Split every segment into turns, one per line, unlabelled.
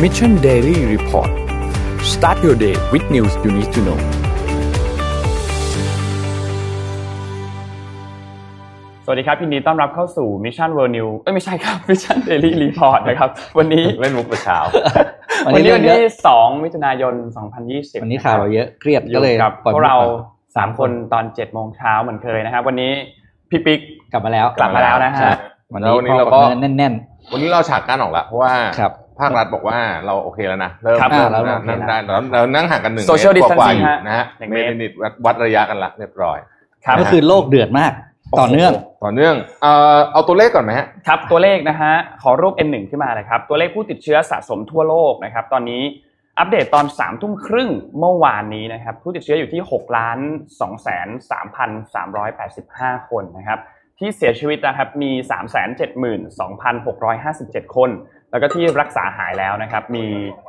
Mission Daily Report Start your day with news you need to know
สวัสดีครับยินดีต้อนรับเข้าสู่ Mission World News ไม่ใช่ครับ Mission Daily Report นะครับวันนี้
เล่นมุกประเช้า
วันนี้วันที่2มิถุนายน2020
วันนี้ข่าวเราเยอะเครียดก็เลย
กับพวกเรา3คนตอน 7:00 นเหมือนเคยนะครับวันนี้พี่ปิ๊ก
กลับมาแล้ว
นะฮะ
วันนี้เราก็
แน่น
ๆวันนี้เราฉากกั้นออกแล้วเพราะว่าภาครัฐบอกว่าเราโอเคแล้วนะเริ่มนั่งได้แล้วนั่งห่างกัน1 เมตร
Social
กว่าอยู่
Distancing
นะฮะเมตรนิดวัดระยะกันละเรียบร้อย
ก็คือโลกเดือดมากต่อเนื่อง
เอาตัวเลขก่อนไหมฮะ
ครับตัวเลขนะฮะขอรูป N1 ขึ้นมาเลยครับตัวเลขผู้ติดเชื้อสะสมทั่วโลกนะครับตอนนี้อัปเดตตอน 3:30 นเมื่อวานนี้นะครับผู้ติดเชื้ออยู่ที่ 6,233,385 คนนะครับที่เสียชีวิตนะครับมี 372,657 คนแล้วก็ที่รักษาหายแล้วนะครับมี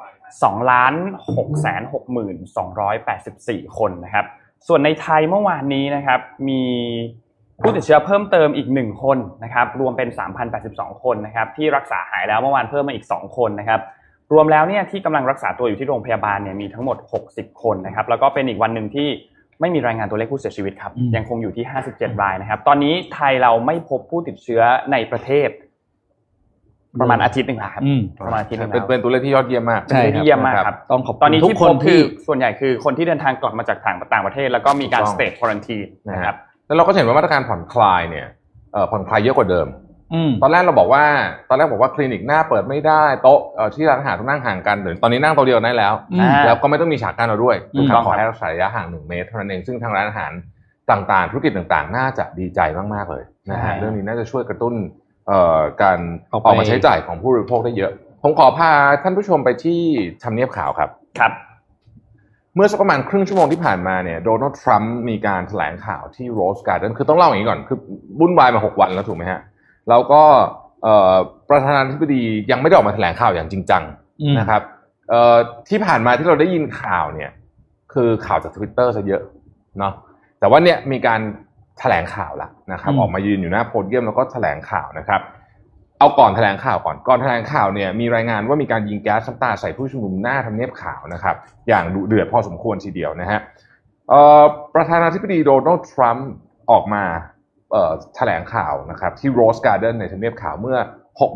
2,660,284 คนนะครับส่วนในไทยเมื่อวานนี้นะครับมีผู้ติดเชื้อเพิ่มเติมอีก1คนนะครับรวมเป็น 3,082 คนนะครับที่รักษาหายแล้วเมื่อวานเพิ่มมาอีก2คนนะครับรวมแล้วเนี่ยที่กำลังรักษาตัวอยู่ที่โรงพยาบาลเนี่ยมีทั้งหมด60คนนะครับแล้วก็เป็นอีกวันนึงที่ไม่มีรายงานตัวเลขผู้เสียชีวิตครับยังคงอยู่ที่57รายนะครับตอนนี้ไทยเราไม่พบผู้ติดเชื้อในประเทศประมาณอาทิตย์นึงแล้วครับประมาณอาทิตย์นึงแล้ว
เป็นตัวเลขที่ยอดเยี่ยมมาก
ใช่เยี่ยมมากครับ
ต้องขอบคุณ
ตอนนี้ที่พบคือส่วนใหญ่คือคนที่เดินทางกลับมาจากต่างประเทศแล้วก็มีการ state quarantine นะครับ
แล้วเราก็เห็นว่ามาตรการผ่อนคลายเนี่ยผ่อนคลายเยอะกว่าเดิมตอนแรกบอกว่าคลินิกหน้าเปิดไม่ได้โต๊ะที่ร้านอาหารต้องนั่งห่างกันตอนนี้นั่งโต๊ะเดียวได้แล้วแล้วก็ไม่ต้องมีฉากกั้นเราด้วยคือขอให้รักษาระยะห่าง1 เมตรเท่านั้นเองซึ่งทางร้านอาหารต่างๆธุรกิจต่างๆน่าจะดีใจมากๆเลยนะฮะเรื่องนี้น่าจะช่วยกระตุ้นการออกมาใช้จ่ายของผู้บริโภคได้เยอะผมขอพาท่านผู้ชมไปที่ทำเนียบขาวครับเมื่อสักประมาณครึ่งชั่วโมงที่ผ่านมาเนี่ยโดนัลด์ทรัมป์มีการแถลงข่าวที่โรสการ์เดนคือต้องเล่าอย่างนี้ก่อนคือวุ่นวายมา6 วันแล้วถูกไหมฮะแล้วก็ประธานาธิบดียังไม่ได้ออกมาแถลงข่าวอย่างจริงจังนะครับที่ผ่านมาที่เราได้ยินข่าวเนี่ยคือข่าวจาก Twitter ซะเยอะเนาะแต่ว่าเนี่ยมีการแถลงข่าวแล้วนะครับออกมายืนอยู่หน้าโพเดียมแล้วก็แถลงข่าวนะครับเอาก่อนแถลงข่าวก่อนแถลงข่าวเนี่ยมีรายงานว่ามีการยิงแก๊สน้ำตาใส่ผู้ชุมนุมหน้าทำเนียบขาวนะครับอย่างดุเดือดพอสมควรทีเดียวนะฮะประธานาธิบดีโดนัลด์ทรัมป์ออกมาแถลงข่าวนะครับที่โรสการ์เดนในทำเนียบขาวเมื่อ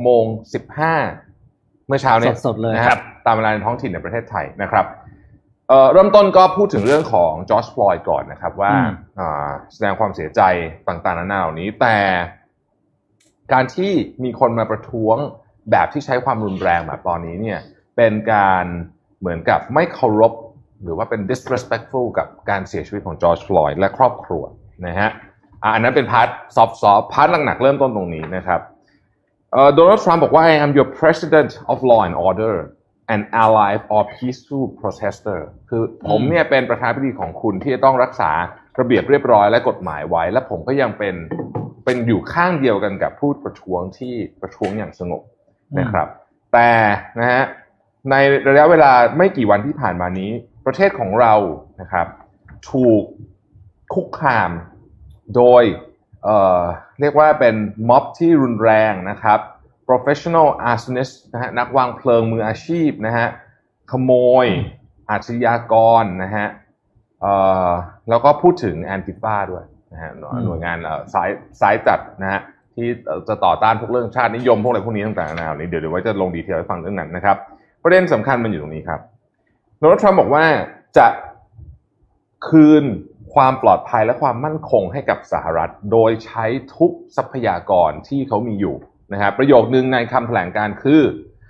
6:15 เมื่อเช้าเนี่ย
สดๆเลย
นะครับตามเวลาในท้องถิ่นในประเทศไทยนะครับเริ่มต้นก็พูดถึงเรื่องของจอร์จฟลอยด์ก่อนนะครับว่าแสดงความเสียใจต่างๆนานาเหล่านี้แต่การที่มีคนมาประท้วงแบบที่ใช้ความรุนแรงแบบตอนนี้เนี่ยเป็นการเหมือนกับไม่เคารพหรือว่าเป็น disrespectful กับการเสียชีวิตของจอร์จฟลอยด์และครอบครัวนะฮะอันนั้นเป็นพาร์ทซอฟต์พาร์ทหนักๆเริ่มต้นตรงนี้นะครับโดนัลด์ทรัมป์บอกว่า I am your president of law and order an ally or peaceful protester คือผมเนี่ยเป็นประธานาธิบดีของคุณที่จะต้องรักษาระเบียบเรียบร้อยและกฎหมายไว้และผมก็ยังเป็นอยู่ข้างเดียวกันกับผู้ประท้วงที่ประท้วงอย่างสงบนะครับแต่นะฮะในระยะเวลาไม่กี่วันที่ผ่านมานี้ประเทศของเรานะครับถูกคุกคามโดยเรียกว่าเป็นม็อบที่รุนแรงนะครับ professional arsonist นะฮะนักวางเพลิงมืออาชีพนะฮะขโมยอาชญากรนะฮะแล้วก็พูดถึงแอนติฟาด้วยนะฮะหน่วยงานสายจัดนะฮะที่จะต่อต้านพวกเรื่องชาตินิยมพวกอะไรพวกนี้ต่างๆนานานี้เดี๋ยวไว้จะลงดีเทลให้ฟังเรื่องนั้นนะครับประเด็นสำคัญมันอยู่ตรงนี้ครับโดนัลด์ทรัมป์บอกว่าจะคืนความปลอดภัยและความมั่นคงให้กับสหรัฐโดยใช้ทุกทรัพยากรที่เขามีอยู่นะครับประโยคนึงในคำแถลงการคือ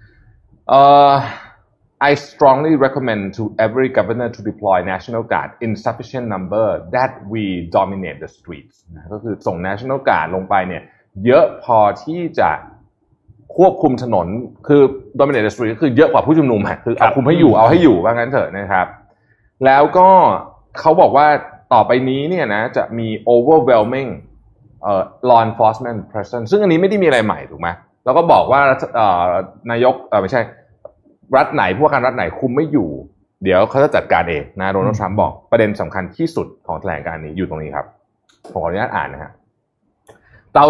I strongly recommend to every governor to deploy National Guard in sufficient number that we dominate the streets ก็คือส่ง National Guard ลงไปเนี่ยเยอะพอที่จะควบคุมถนนคือ dominate the street ก็คือเยอะกว่าผู้ชุมนุมคือเอาคุมให้อยู่เอาให้อยู่ว่างั้นเถอะนะครับแล้วก็เขาบอกว่าต่อไปนี้เนี่ยนะจะมี overwhelming law enforcement presence ซึ่งอันนี้ไม่ได้มีอะไรใหม่ถูกไหมแล้วก็บอกว่านายกไม่ใช่รัฐไหนผู้ว่าการรัฐไหนคุมไม่อยู่เดี๋ยวเขาจะจัดการเองนะโดนัลด์ทรัมป์บอกประเด็นสำคัญที่สุดของแถลงการณ์นี้อยู่ตรงนี้ครับผมขออนุญาตอ่านนะฮะ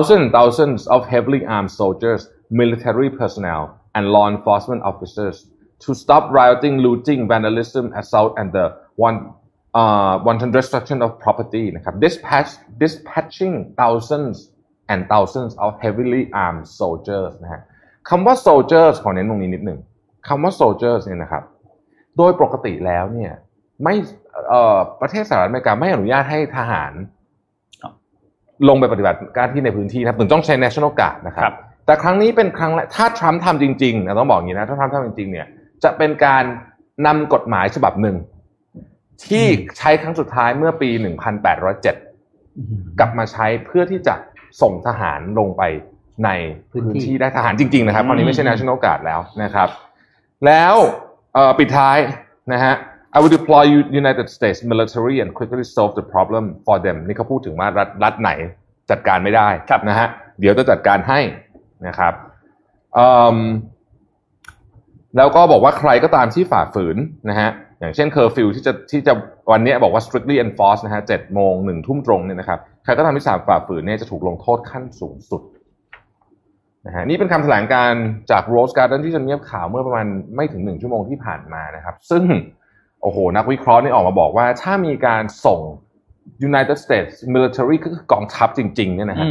thousands of heavily armed soldiers military personnel and law enforcement officers to stop rioting, looting, vandalism, assault, and the wanton destruction of property นะครับ dispatching thousands and thousands of heavily armed soldiers นะฮะคำว่า soldiers ขอเน้นตรงนี้นิดหนึ่งคำว่า soldiers เนี่ยนะครับโดยปกติแล้วเนี่ยไม่ประเทศสหรัฐอเมริกาไม่อนุญาตให้ทหารลงไปปฏิบัติการที่ในพื้นที่นะครับถึงต้องใช้ National Guard นะครับแต่ครั้งนี้เป็นครั้งแรกถ้าทรัมป์ทำจริงๆนะต้องบอกอย่างนี้นะถ้าทรัมป์ทำจริงๆเนี่ยจะเป็นการนำกฎหมายฉบับหนึ่งที่ใช้ครั้งสุดท้ายเมื่อปี 1807 กลับมาใช้เพื่อที่จะส่งทหารลงไปในพื้นที่ได้ทหารจริงๆนะครับคราวนี้ไม่ใช่ National Guard แล้วนะครับแล้วปิดท้ายนะฮะI will deploy United States military and quickly solve the problem for them นี่เขาพูดถึงว่ารัฐไหนจัดการไม่ได้นะฮะเดี๋ยวจะจัดการให้นะครับแล้วก็บอกว่าใครก็ตามที่ฝ่าฝืนนะฮะอย่างเช่นเคอร์ฟิวที่จะวันนี้บอกว่า strictly enforced นะฮะ 7:00 น. 1 ทุ่มตรงเนี่ยนะครับใครก็ตามที่ฝ่าฝืนเนี่ยจะถูกลงโทษขั้นสูงสุดนะฮะนี่เป็นคำแถลงการจาก Rose Garden ที่ทำเนียบขาวเมื่อประมาณไม่ถึง1ชั่วโมงที่ผ่านมานะครับซึ่งโอ้โหนักวิเคราะห์นี่ออกมาบอกว่าถ้ามีการส่ง United States military ก็คือกองทัพจริงๆเนี่ยนะฮะ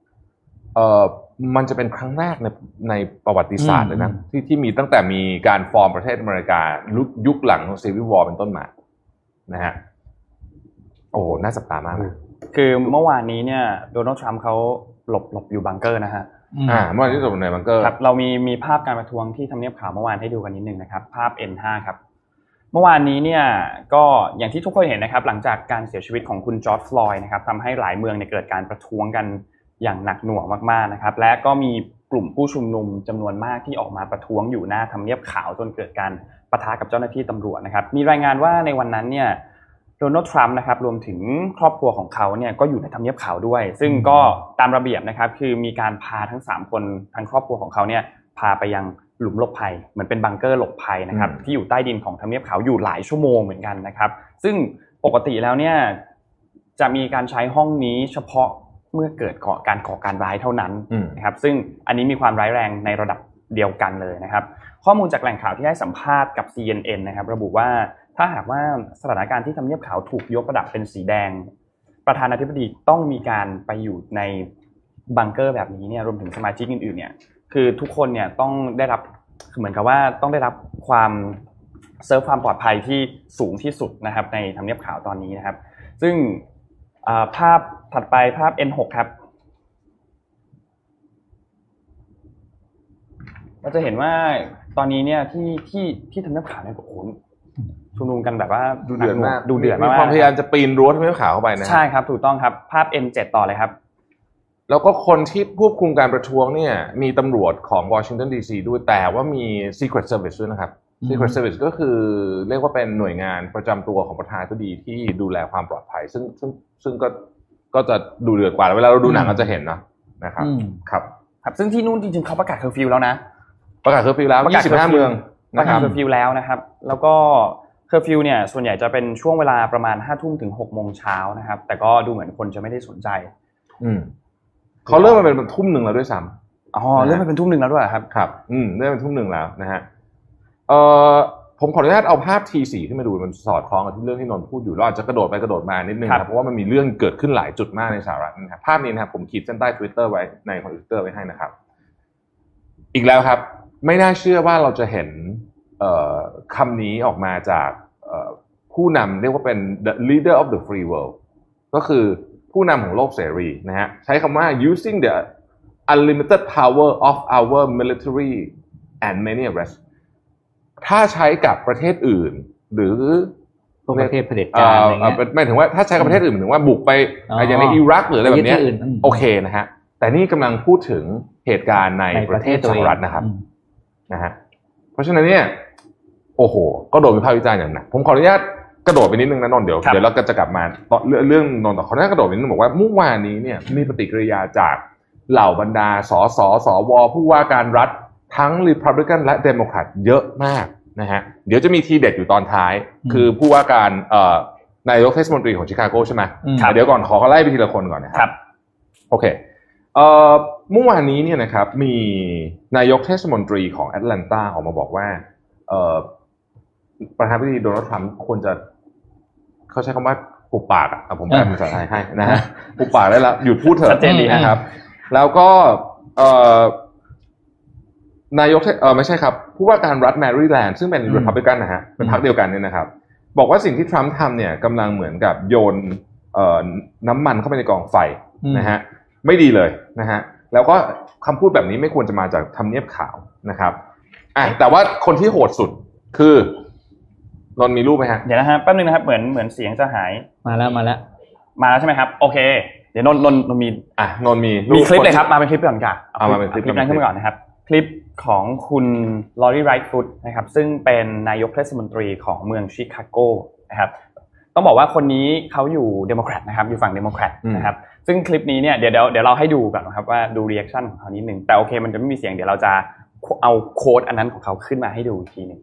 มันจะเป็นครั้งแรกในประวัติศาสตร์เลยนะที่มีตั้งแต่มีการฟอร์มประเทศอเมริกายุคหลัง Civil War เป็นต้นมานะฮะโอ้น่าจับตามากเลย
คือเมื่อวานนี้เนี่ยโดนัลด์ทรัมป์เขาหลบอยู่บังเกอร์นะฮะ
เมื่อวานที่หลบในบังเกอร์
ครับเรามีภาพการประท้วงที่ทำเนียบขาวเมื่อวานให้ดูกันนิดนึงนะครับภาพ N5 ครับเมื่อวานนี้เนี่ยก็อย่างที่ทุกคนเห็นนะครับหลังจากการเสียชีวิตของคุณจอร์จฟลอยด์นะครับทำให้หลายเมืองเนี่ยเกิดการประท้วงกันอย่างหนักหน่วงมากๆนะครับและก็มีกลุ่มผู้ชุมนุมจำนวนมากที่ออกมาประท้วงอยู่หน้าทำเนียบขาวจนเกิดการปะทะกับเจ้าหน้าที่ตำรวจนะครับมีรายงานว่าในวันนั้นเนี่ยโดนัลด์ทรัมป์นะครับรวมถึงครอบครัวของเขาเนี่ยก็อยู่ในทำเนียบขาวด้วยซึ่งก็ตามระเบียบนะครับคือมีการพาทั้ง3คนทั้งครอบครัวของเขาเนี่ยพาไปยังหลุมหลบภัยเหมือนเป็นบังเกอร์หลบภัยนะครับที่อยู่ใต้ดินของทำเนียบขาวอยู่หลายชั่วโมงเหมือนกันนะครับซึ่งปกติแล้วเนี่ยจะมีการใช้ห้องนี้เฉพาะเมื่อเกิดการก่อการร้ายเท่านั้นนะครับซึ่งอันนี้มีความร้ายแรงในระดับเดียวกันเลยนะครับข้อมูลจากแหล่งข่าวที่ให้สัมภาษณ์กับ CNN นะครับระบุว่าถ้าหากว่าสถานการณ์ที่ทำเนียบขาวถูกยกระดับเป็นสีแดงประธานาธิบดีต้องมีการไปอยู่ในบังเกอร์แบบนี้เนี่ยรวมถึงสมาชิกอื่นๆเนี่ยคือทุกคนเนี่ยต้องได้รับเหมือนกับว่าต้องได้รับความเซิร์ฟความปลอดภัยที่สูงที่สุดนะครับในทำเนียบขาวตอนนี้นะครับซึ่งภาพถัดไปภาพ N6 ครับเราจะเห็นว่าตอนนี้เนี่ยที่ทำเนียบขาวเนี่ยโอ้โหชุมนุมกันแบบว่า
ดูเดือดมาก
ดูเดือดมาก
มีความพยายามจะปีนรั้วทำเนียบขาวเข้าไปนะ
ใช่ครับถูกต้องครับภาพ N7 ต่อเลยครับ
แล้วก็คนที่ควบคุมการประท้วงเนี่ยมีตำรวจของวอชิงตันดีซีด้วยแต่ว่ามี Secret Service ด้วยนะครับ Secret Service ก็คือเรียกว่าเป็นหน่วยงานประจำตัวของประธานาธิบดีที่ดูแลความปลอดภัยซึ่งก็จะดูเดือดกว่าเวลาเราดูหนังเราจะเห็นนะครับครับ
ซึ่งที่นู่นจริงๆเขาประกาศเคอร์ฟิวแล้วนะ
ประกาศเคอร์ฟิวแล้ว25เมือง
ประกาศเคอร์ฟิวแล้วนะครับแล้วก็เคอร์ฟิวเนี่ยส่วนใหญ่จะเป็นช่วงเวลาประมาณ 5:00 น. ถึง 6:00 น. นะครับแต่ก็ดูเหมือนคนจะไม่ได้สนใจ
เขาเริ่มมาเป็นทุ่มหนึ่งแล้วด้วยซ้
ำเริ่มมาเป็นทุ่มหนึ่งแล้วด้วยครับ
ครับเริ่มเป็นทุ่มหนึ่งแล้วนะฮะผมขออนุญาตเอาภาพ T4 ขึ้นมาดูมันสอดคล้องกับที่เรื่องที่นนท์พูดอยู่เราอาจจะกระโดดไปกระโดดมานิดนึงครับเพราะว่ามันมีเรื่องเกิดขึ้นหลายจุดมากในสหรัฐนะครับภาพนี้นะครับผมขีดเส้นใต้ Twitter ไว้ในคอมพิวเตอร์ไว้ให้นะครับอีกแล้วครับไม่น่าเชื่อว่าเราจะเห็นคำนี้ออกมาจากผู้นำเรียกว่าเป็น the leader of the free world ก็คือผู้นำของโลกเสรีนะฮะใช้คำว่า using the unlimited power of our military and many arrests ถ้าใช้กับประเทศอื่นหรือ
ประเทศเผด็จการอะไรเงี้ย
หมายถึงว่าถ้าใช้กับประเทศอื่นหมายถึงว่าบุกไปอย่างในอิรักหรืออะไรแบบนี้โอเคนะฮะแต่นี่กำลังพูดถึงเหตุการณ์ในประเทศสหรัฐนะครับนะฮะเพราะฉะนั้นเนี่ยโอ้โหก็โดนวิพากษ์วิจารณ์อย่างหนักผมขออนุญาตกระโดดไปนิดนึงนะนนท์เดี๋ยวเราก็จะกลับมาเรื่องนนท์ต่อขออนุญาตกระโดดไปนิดนึงบอกว่าเมื่อวานนี้เนี่ยมีปฏิกิริยาจากเหล่าบรรดาสวผู้ว่าการรัฐทั้ง Republican และ Democrat เยอะมากนะฮะเดี๋ยวจะมีทีเด็ดอยู่ตอนท้ายคือผู้ว่าการนายกเทศมนตรีของชิคาโกใช่ไหมเดี๋ยวก่อนขอไล่ไปทีละคนก่อนนะครับโอเคเมื่อวานนี้เนี่ยนะครับมีนายกเทศมนตรีของแอตแลนตาออกมาบอกว่าประธานาธิบดีโดนัลด์ทรัมป์ควรจะเขาใช้คำว่าหุบปากผมแปลเป็นภาษาไทยให้นะฮะหุบปากได้แล้วหยุดพูดเถอะชัดเจนดีนะครับแล้วก็นายกไม่ใช่ครับผู้ว่าการรัฐแมริแลนด์ซึ่งเป็นรีพับลิกันนะฮะเป็นพรรคเดียวกันเนี่ยนะครับบอกว่าสิ่งที่ทรัมป์ทำเนี่ยกำลังเหมือนกับโยนน้ำมันเข้าไปในกองไฟนะฮะไม่ดีเลยนะฮะแล้วก็คำพูดแบบนี้ไม่ควรจะมาจากทำเนียบขาวนะครับแต่ว่าคนที่โหดสุดคือนนมีรูปไหมฮะ
เดี๋ยวนะฮะแป๊บนึงนะครับเหมือนเสียงจะหาย
มาแล้ว
ใช่ไหมครับโอเคเดี๋ยวนนมี
มี
คลิปเลยครับมาเป็นคลิปก่อนค่ะเอามาเป็นคลิปนั้นขึ้นมาก่อนนะครับคลิปของคุณลอรี่ไรท์ฟุตนะครับซึ่งเป็นนายกเทศมนตรีของเมืองชิคาโกนะครับต้องบอกว่าคนนี้เขาอยู่เดโมแครตนะครับอยู่ฝั่งเดโมแครตนะครับซึ่งคลิปนี้เนี่ยเดี๋ยวเราให้ดูก่อนนะครับว่าดูรีแอคชั่นของเขานิดนึงแต่โอเคมันจะไม่มีเสียงเดี๋ยวเราจะเอาโค้ดอันนั้นของเขาขึ้นมาให้ดูอีกทีนึง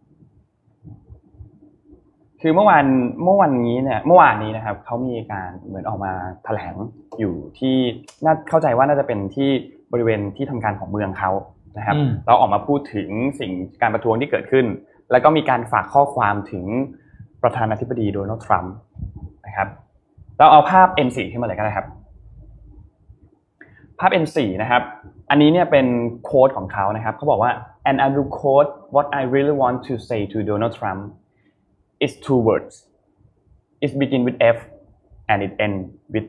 คือเมื่อวานนี้นะครับเขามีการเหมือนออกมาแถลงอยู่ที่น่าเข้าใจว่าน่าจะเป็นที่บริเวณที่ทำการของเมืองเขานะครับเราออกมาพูดถึงสิ่งการประท้วงที่เกิดขึ้นแล้วก็มีการฝากข้อความถึงประธานาธิบดีโดนัลด์ทรัมป์นะครับเราเอาภาพ N4 ขึ้นมาเลยก็ได้ครับภาพ N4 นะครับอันนี้เนี่ยเป็นโค้ดของเขานะครับเขาบอกว่า and I will quote what I really want to say to Donald Trump it's two words it begin with F and it end with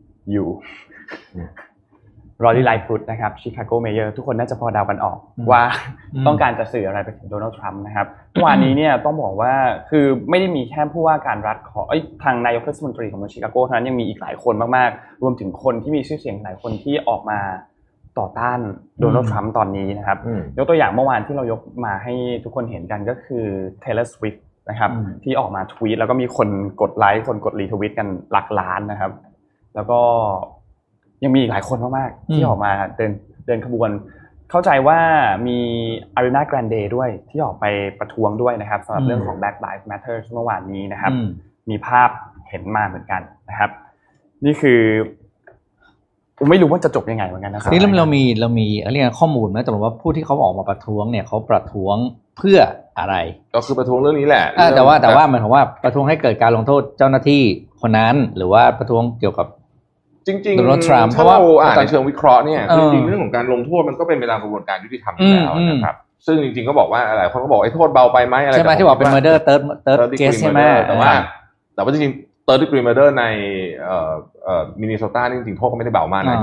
U รอรี่ไลท์ฟุตนะครับชิคาโกเมเยอร์ทุกคนน่าจะพอเดากันออกว่าต้องการจะสื่ออะไรไปถึงโดนัลด์ทรัมป์นะครับเมื่อวานนี้เนี่ยต้องบอกว่าคือไม่ได้มีแค่ผู้ว่าการรัฐของทางนายกเทศมนตรีของเมืองชิคาโกเท่านั้นยังมีอีกหลายคนมากๆรวมถึงคนที่มีชื่อเสียงหลายคนที่ออกมาต่อต้านโดนัลด์ทรัมป์ตอนนี้นะครับยกตัวอย่างเมื่อวานที่เรายกมาให้ทุกคนเห็นกันก็คือ Taylor Swift นะครับที่ออกมาทวีตแล้วก็มีคนกดไลค์คนกดรีทวีตกันหลักล้านนะครับแล้วก็ยังมีอีกหลายคนมากๆที่ออกมาเดินขบวนเข้าใจว่ามี Ariana Grande ด้วยที่ออกไปประท้วงด้วยนะครับสำหรับเรื่องของ Black Lives Matter เมื่อวานนี้นะครับมีภาพเห็นมาเหมือนกันนะครับนี่คือไม่รู้ว่าจะจบยังไงเหมือนกันนะครับ
นี่เรามีเรียกข้อมูลไหมแต่ว่าผู้ที่เขาออกมาประท้วงเนี่ยเขาประท้วงเพื่ออะไร
ก็คือประท้วงเรื่องนี้แหละ
แต่ว่าหมายความว่าประท้วงให้เกิดการลงโทษเจ้าหน้าที่คนนั้นหรือว่าประท้วงเกี่ยวกับ
จริงๆถ้าเราอ่านในเชิงวิเคราะห์เนี่ยจริงๆเรื่องของการลงโทษมันก็เป็นไปตามกระบวนการยุติธรรมอยู่แล้วนะครับซึ่งจริงๆก็บอกว่าหลายคนก็บอกไอ้โทษเบาไปไหมอะไร
ใช่ไหมที่บอกเป็น murder third case ใช่ไหม
แต่ว่าจริงๆ third degree murder ในมินนิโซตาจริงๆโทษก็ไม่ได้เบามากนะ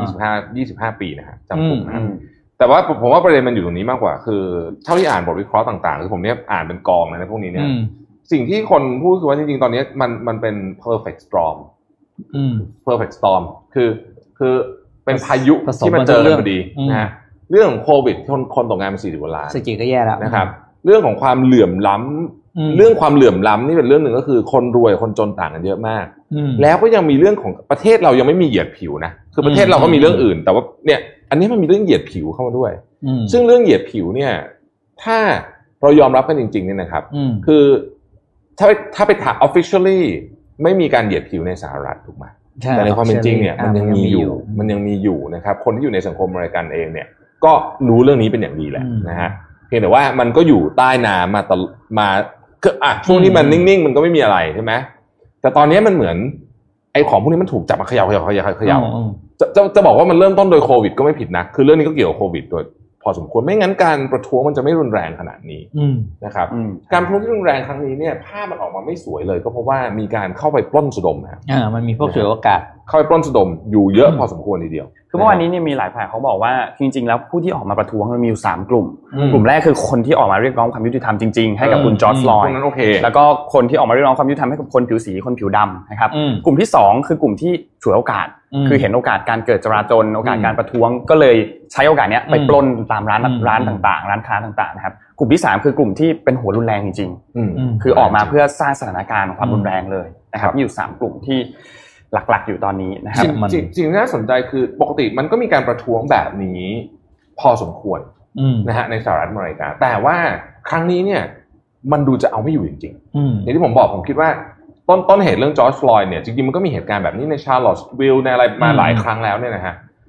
25 ปีนะฮะจำคุกนะแต่ว่าผมว่าประเด็นมันอยู่ตรงนี้มากกว่าคือเท่าที่อ่านบทวิเคราะห์ต่างๆคือผมเนี่ยอ่านเป็นกองเลยนะพวกนี้เนี่ยสิ่งที่คนพูดคือว่าจริงๆตอนนี้มันเป็น perfect storm perfect storm คือเป็นพายุที่มันเจอกันพอดีนะฮะเรื่องของโควิดคนตกงานมา40 กว่าล้าน
เศรษฐกิจก็แย่แล้ว
นะครับเรื่องของความเหลื่อมล้ำเรื่องความเหลื่อมล้ำนี่เป็นเรื่องหนึ่งก็คือคนรวยคนจนต่างกันเยอะมากแล้วก็ยังมีเรื่องของประเทศเรายังไม่มีเหยียดผิวนะคือประเทศเราก็มีเรื่องอื่นแต่ว่าเนี่ยอันนี้มันมีเรื่องเหยียดผิวเข้ามาด้วยซึ่งเรื่องเหยียดผิวเนี่ยถ้าเรายอมรับกันจริงๆเนี่ยนะครับคือถ้าไปถาม officially ไม่มีการเหยียดผิวในสหรัฐถูกไหมแต่ในความเป็นจริงเนี่ยมันยังมีอยู่นะครับคนที่อยู่ในสังคมอเมริกันเองเนี่ยก็รู้เรื่องนี้เป็นอย่างดีแหละนะฮะเพียงแต่ว่ามันก็อยู่ใต้น้ำมาช่วงที่มันนิ่งๆมันก็ไม่มีอะไรใช่ไหมแต่ตอนนี้มันเหมือนไอ้ของพวกนี้มันถูกจับมาเขย่าจะบอกว่ามันเริ่มต้นโดยโควิดก็ไม่ผิดนะคือเรื่องนี้ก็เกี่ยวกับโควิดโดยพอสมควรไม่งั้นการประท้วงมันจะไม่รุนแรงขนาดนี้นะครับการประท้วงที่รุนแรงครั้งนี้เนี่ยภาพมันออกมาไม่สวยเลยก็เพราะว่ามีการเข้าไปปล้นสะดมครับ
มันมีพวกฉวยโอกาส
เข้าไปปล้นสะดมอยู่เยอะพอสมควรทีเดียว
คือเมื่อวานนี้เนี่ยมีหลายฝ่ายเขาบอกว่าจริงๆแล้วผู้ที่ออกมาประท้วงมันมีอยู่3กลุ่มแรกคือคนที่ออกมาเรียกร้องความยุติธรรมจริงๆให้กับคุณจอร์จฟลอยด์แล้วก็คนที่ออกมาเรียกร้องความยุติธรรมให้กับคนผิวสีคนผิวดำนะครับกลุ่มที่2คือกลุ่มที่ฉวยโอกาสคือเห็นโอกาสการเกิดจราจรโอกาสการประท้วงก็เลยใช้โอกาสนี้ไปปล้นตามร้านต่างๆร้านค้าต่างๆนะครับกลุ่มที่3คือกลุ่มที่เป็นหัวรุนแรงจริงๆคือออกมาเพื่อสร้างสถานการณ์ความรุนแรงเลยนะครับมีอยู่3กลุ่มที่หลักๆอยู่ตอนนี้นะครับ
จริงๆน่าสนใจคือปกติมันก็มีการประท้วงแบบนี้พอสมควรนะฮะในสหรัฐอเมริกาแต่ว่าครั้งนี้เนี่ยมันดูจะเอาไม่อยู่จริงๆอย่างที่ผมบอกผมคิดว่าต้นเหตุเรื่องจอร์จฟลอยด์เนี่ยจริงๆมันก็มีเหตุการณ์แบบนี้ในชาร์ลอตสวิลล์ในอะไรมาหลายครั้งแล้วเนี่ยนะฮะ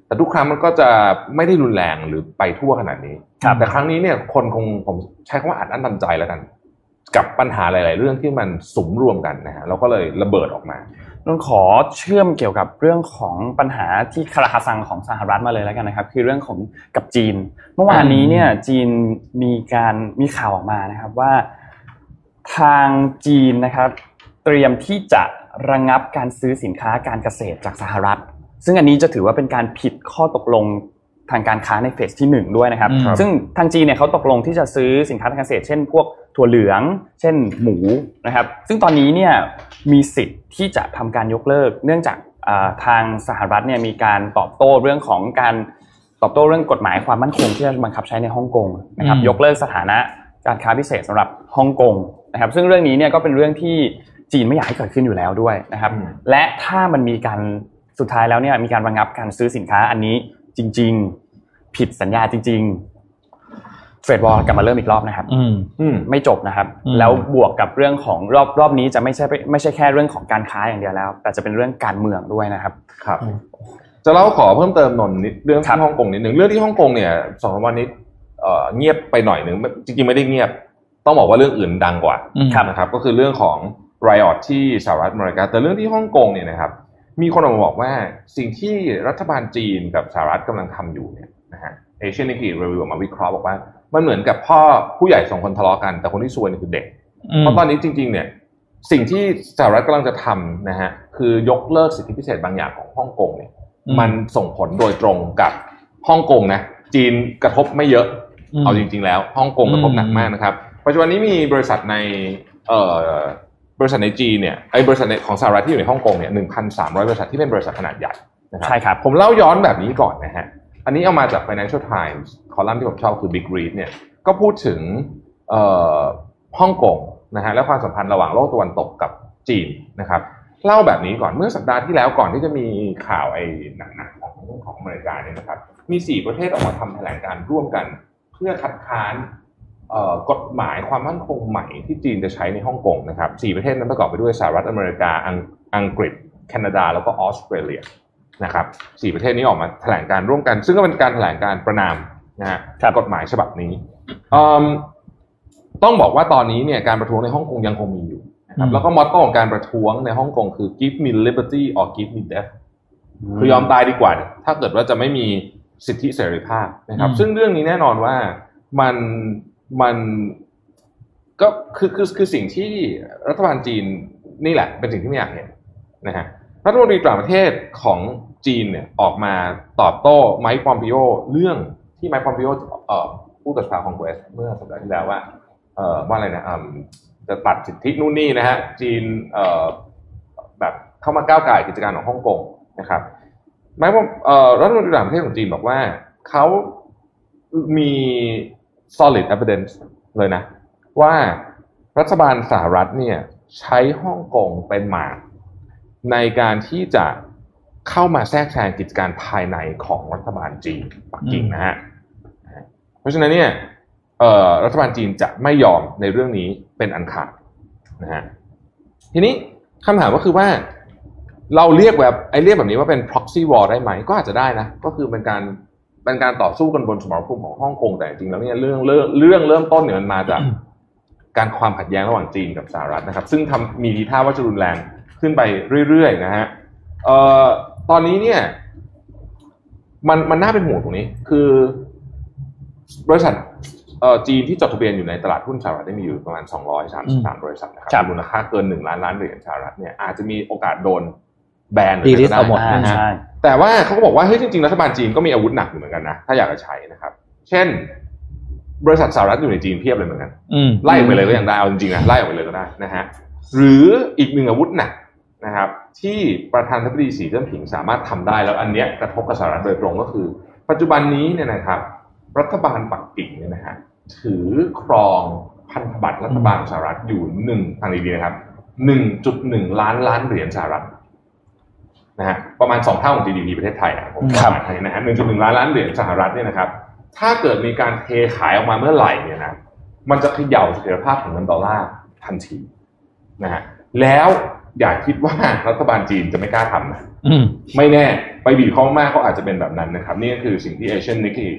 แต่ทุกครั้งมันก็จะไม่ได้รุนแรงหรือไปทั่วขนาดนี้แต่ครั้งนี้เนี่ยคนคงผมใช้คำว่าอัดอั้นตันใจแล้วกันกับปัญหาหลายๆเรื่องที่มันสุมรวมกันนะฮะแล้วก็เลยระเบิดออกมา
ต้องขอเชื่อมเกี่ยวกับเรื่องของปัญหาที่คาราคาซังของสหรัฐมาเลยแล้วกันนะครับคือเรื่องของกับจีนเมื่อวานนี้เนี่ยจีนมีข่าวออกมานะครับว่าทางจีนนะครับเตรียมที่จะระงับการซื้อสินค้าการเกษตรจากสหรัฐซึ่งอันนี้จะถือว่าเป็นการผิดข้อตกลงทางการค้าในเฟสที่1ด้วยนะครับซึ่งทางจีนเนี่ยเขาตกลงที่จะซื้อสินค้าทางเกษตรเช่นพวกถั่วเหลืองเช่นหมูนะครับซึ่งตอนนี้เนี่ยมีสิทธิ์ที่จะทำการยกเลิกเนื่องจากทางสหรัฐเนี่ยมีการตอบโต้เรื่องของการตอบโต้เรื่องกฎหมายความมั่นคงที่จะบังคับใช้ในฮ่องกงนะครับยกเลิกสถานะการค้าพิเศษสำหรับฮ่องกงนะครับซึ่งเรื่องนี้เนี่ยก็เป็นเรื่องที่จีนไม่อยากให้เกิดขึ้นอยู่แล้วด้วยนะครับและถ้ามันมีการสุดท้ายแล้วเนี่ยมีการระงับการซื้อสินค้าอันนี้จริงๆผิดสัญญาจริงๆเทรดวอร์กลับมาเริ่มอีกรอบนะครับไม่จบนะครับแล้วบวกกับเรื่องของรอบนี้จะไม่ใช่แค่เรื่องของการค้าอย่างเดียวแล้วแต่จะเป็นเรื่องการเมืองด้วยนะครับ
ครับจะเล่าขอเพิ่มเติมนนนิดเรื่องที่ฮ่องกงนิดนึงเรื่องที่ฮ่องกงเนี่ย2-3 วันนี้เงียบไปหน่อยนึงจริงๆไม่ได้เงียบต้องบอกว่าเรื่องอื่นดังกว่านะครับก็คือเรื่องของ riot ที่สหรัฐอเมริกาแต่เรื่องที่ฮ่องกงเนี่ยนะครับมีคนออกมาบอกว่าสิ่งที่รัฐบาลจีนกับสหรัฐกำลังทำอยู่เนี่ยนะฮะ Asian Nikkei Review ออกมาวิเคราะห์บอกว่ามันเหมือนกับผู้ใหญ่2คนทะเลาะกันแต่คนที่ซวยนี่คือเด็กเพราะตอนนี้จริงๆเนี่ยสิ่งที่สหรัฐกำลังจะทำนะฮะคือยกเลิกสิทธิพิเศษบางอย่างของฮ่องกงเนี่ยมันส่งผลโดยตรงกับฮ่องกงนะจีนกระทบไม่เยอะเอาจริงๆแล้วฮ่องกงกระทบหนักมากนะครับปัจจุบันนี้มีบริษัทในจีนเนี่ยบริษัทของสหรัฐที่อยู่ในฮ่องกงเนี่ย 1,300 บริษัทที่เป็นบริษัทขนาดใหญ่นะครับ
ใช่ครับ
ผมเล่าย้อนแบบนี้ก่อนนะฮะอันนี้เอามาจาก Financial Times คอลัมน์ที่ผมชอบคือ Big Read เนี่ยก็พูดถึงฮ่องกงนะฮะและความสัมพันธ์ระหว่างโลกตะวันตกกับจีนนะครับเล่าแบบนี้ก่อนเมื่อสัปดาห์ที่แล้วก่อนที่จะมีข่าวหนักๆของอเมริกาเนี่ยนะครับมี4ประเทศออกมาทำแถลงการร่วมกันเพื่อคัดค้านกฎหมายความมั่นคงใหม่ที่จีนจะใช้ในฮ่องกงนะครับ4ประเทศนั้นประกอบไปด้วยสหรัฐอเมริกาอังกฤษแคนาดาแล้วก็ออสเตรเลียนะครับ4ประเทศนี้ออกมาแถลงการร่วมกันซึ่งก็เป็นการแถลงการประณามนะฮะกฎหมายฉบับนี้ต้องบอกว่าตอนนี้เนี่ยการประท้วงในฮ่องกงยังคงมีอยู่นะครับแล้วก็มอตโต้ของการประท้วงในฮ่องกงคือ give me liberty or give me death คือยอมตายดีกว่าถ้าเกิดว่าจะไม่มีสิทธิเสรีภาพนะครับซึ่งเรื่องนี้แน่นอนว่ามันก็คือสิ่งที่รัฐบาลจีนนี่แหละเป็นสิ่งที่ไม่อยากเห็นนะฮะรัฐมนตรีต่างประเทศของจีนเนี่ยออกมาตอบโต้ไมค์พอมปิโอเรื่องที่ไมค์พอมปิโอผู้ตรวจสอบคอนเกรสเมื่อสัปดาห์ที่แล้วว่าอะไรนะจะตัดสิทธินู่นนี่นะฮะจีนแบบเข้ามาก้าวไก่กิจการของฮ่องกงนะครับไมค์รัฐมนตรีต่างประเทศของจีนบอกว่าเขามี solid evidence เลยนะว่ารัฐบาลสหรัฐเนี่ยใช้ฮ่องกงเป็นหมากในการที่จะเข้ามาแทรกแซงกิจการภายในของรัฐบาลจีนปักกิ่งนะฮะเพราะฉะนั้นเนี่ยรัฐบาลจีนจะไม่ยอมในเรื่องนี้เป็นอันขาดนะฮะทีนี้คำถามก็คือว่าเราเรียกแบบนี้ว่าเป็น proxy war ได้ไหมก็อาจจะได้นะก็คือเป็นการต่อสู้กันบนสมรภูมิของฮ่องกงแต่จริงแล้วเนี่ยเรื่องเริ่มต้นเนี่ยมันมาจากการความขัดแย้งระหว่างจีนกับสหรัฐนะครับซึ่งมีทีท่าว่าจะรุนแรงขึ้นไปเรื่อยๆนะฮะตอนนี้เนี่ยมันน่าเป็นห่วงตรงนี้คือบริษัทจีนที่จดทะเบียนอยู่ในตลาดหุ้นสหรัฐได้มีอยู่ประมาณ233บริษัทนะครับมูลค่าเกิน1 ล้านล้านเหรียญสหรัฐเนี่ยอาจจะมีโอกาสโดนแบนหรือก็ได้นะฮะแต่ว่าเขาก็บอกว่าเฮ้ยจริงๆรัฐบาลจีนก็มีอาวุธหนักอยู่เหมือนกันนะถ้าอยากจะใช้นะครับเช่นบริษัทสหรัฐอยู่ในจีนเพียบเลยเหมือนกันไล่ออกไปเลยก็ยังได้เอาจริงๆนะไล่ออกไปเลยก็ได้นะฮะหรืออีกหนึ่งอาวุธหนักนะครับที่ประธานาธิบดีสีจิ้นผิงสามารถทำได้แล้วอันเนี้ยกระทบกับสหรัฐโดยตรงก็คือปัจจุบันนี้เนี่ยนะครับรัฐบาลปักกิ่งเนี่ยนะฮะถือครองพันธบัตรรัฐบาลสหรัฐอยู่ทางดีๆนะครับ 1.1 ล้านล้านเหรียญสหรัฐนะฮะประมาณ2 เท่าของ GDP ประเทศไทยนะครับผมประมาณนี้นะฮะ 1.1 ล้านล้านเหรียญสหรัฐเนี่ยนะครับถ้าเกิดมีการเทขายออกมาเมื่อไหร่เนี่ยนะมันจะเขย่าเสถียรภาพของเงินดอลลาร์ทันทีนะฮะแล้วอย่าคิดว่ารัฐบาลจีนจะไม่กล้าทำนะไม่แน่ไปบีบเขามากเขาอาจจะเป็นแบบนั้นนะครับนี่ก็คือสิ่งที่ Asian Nikkei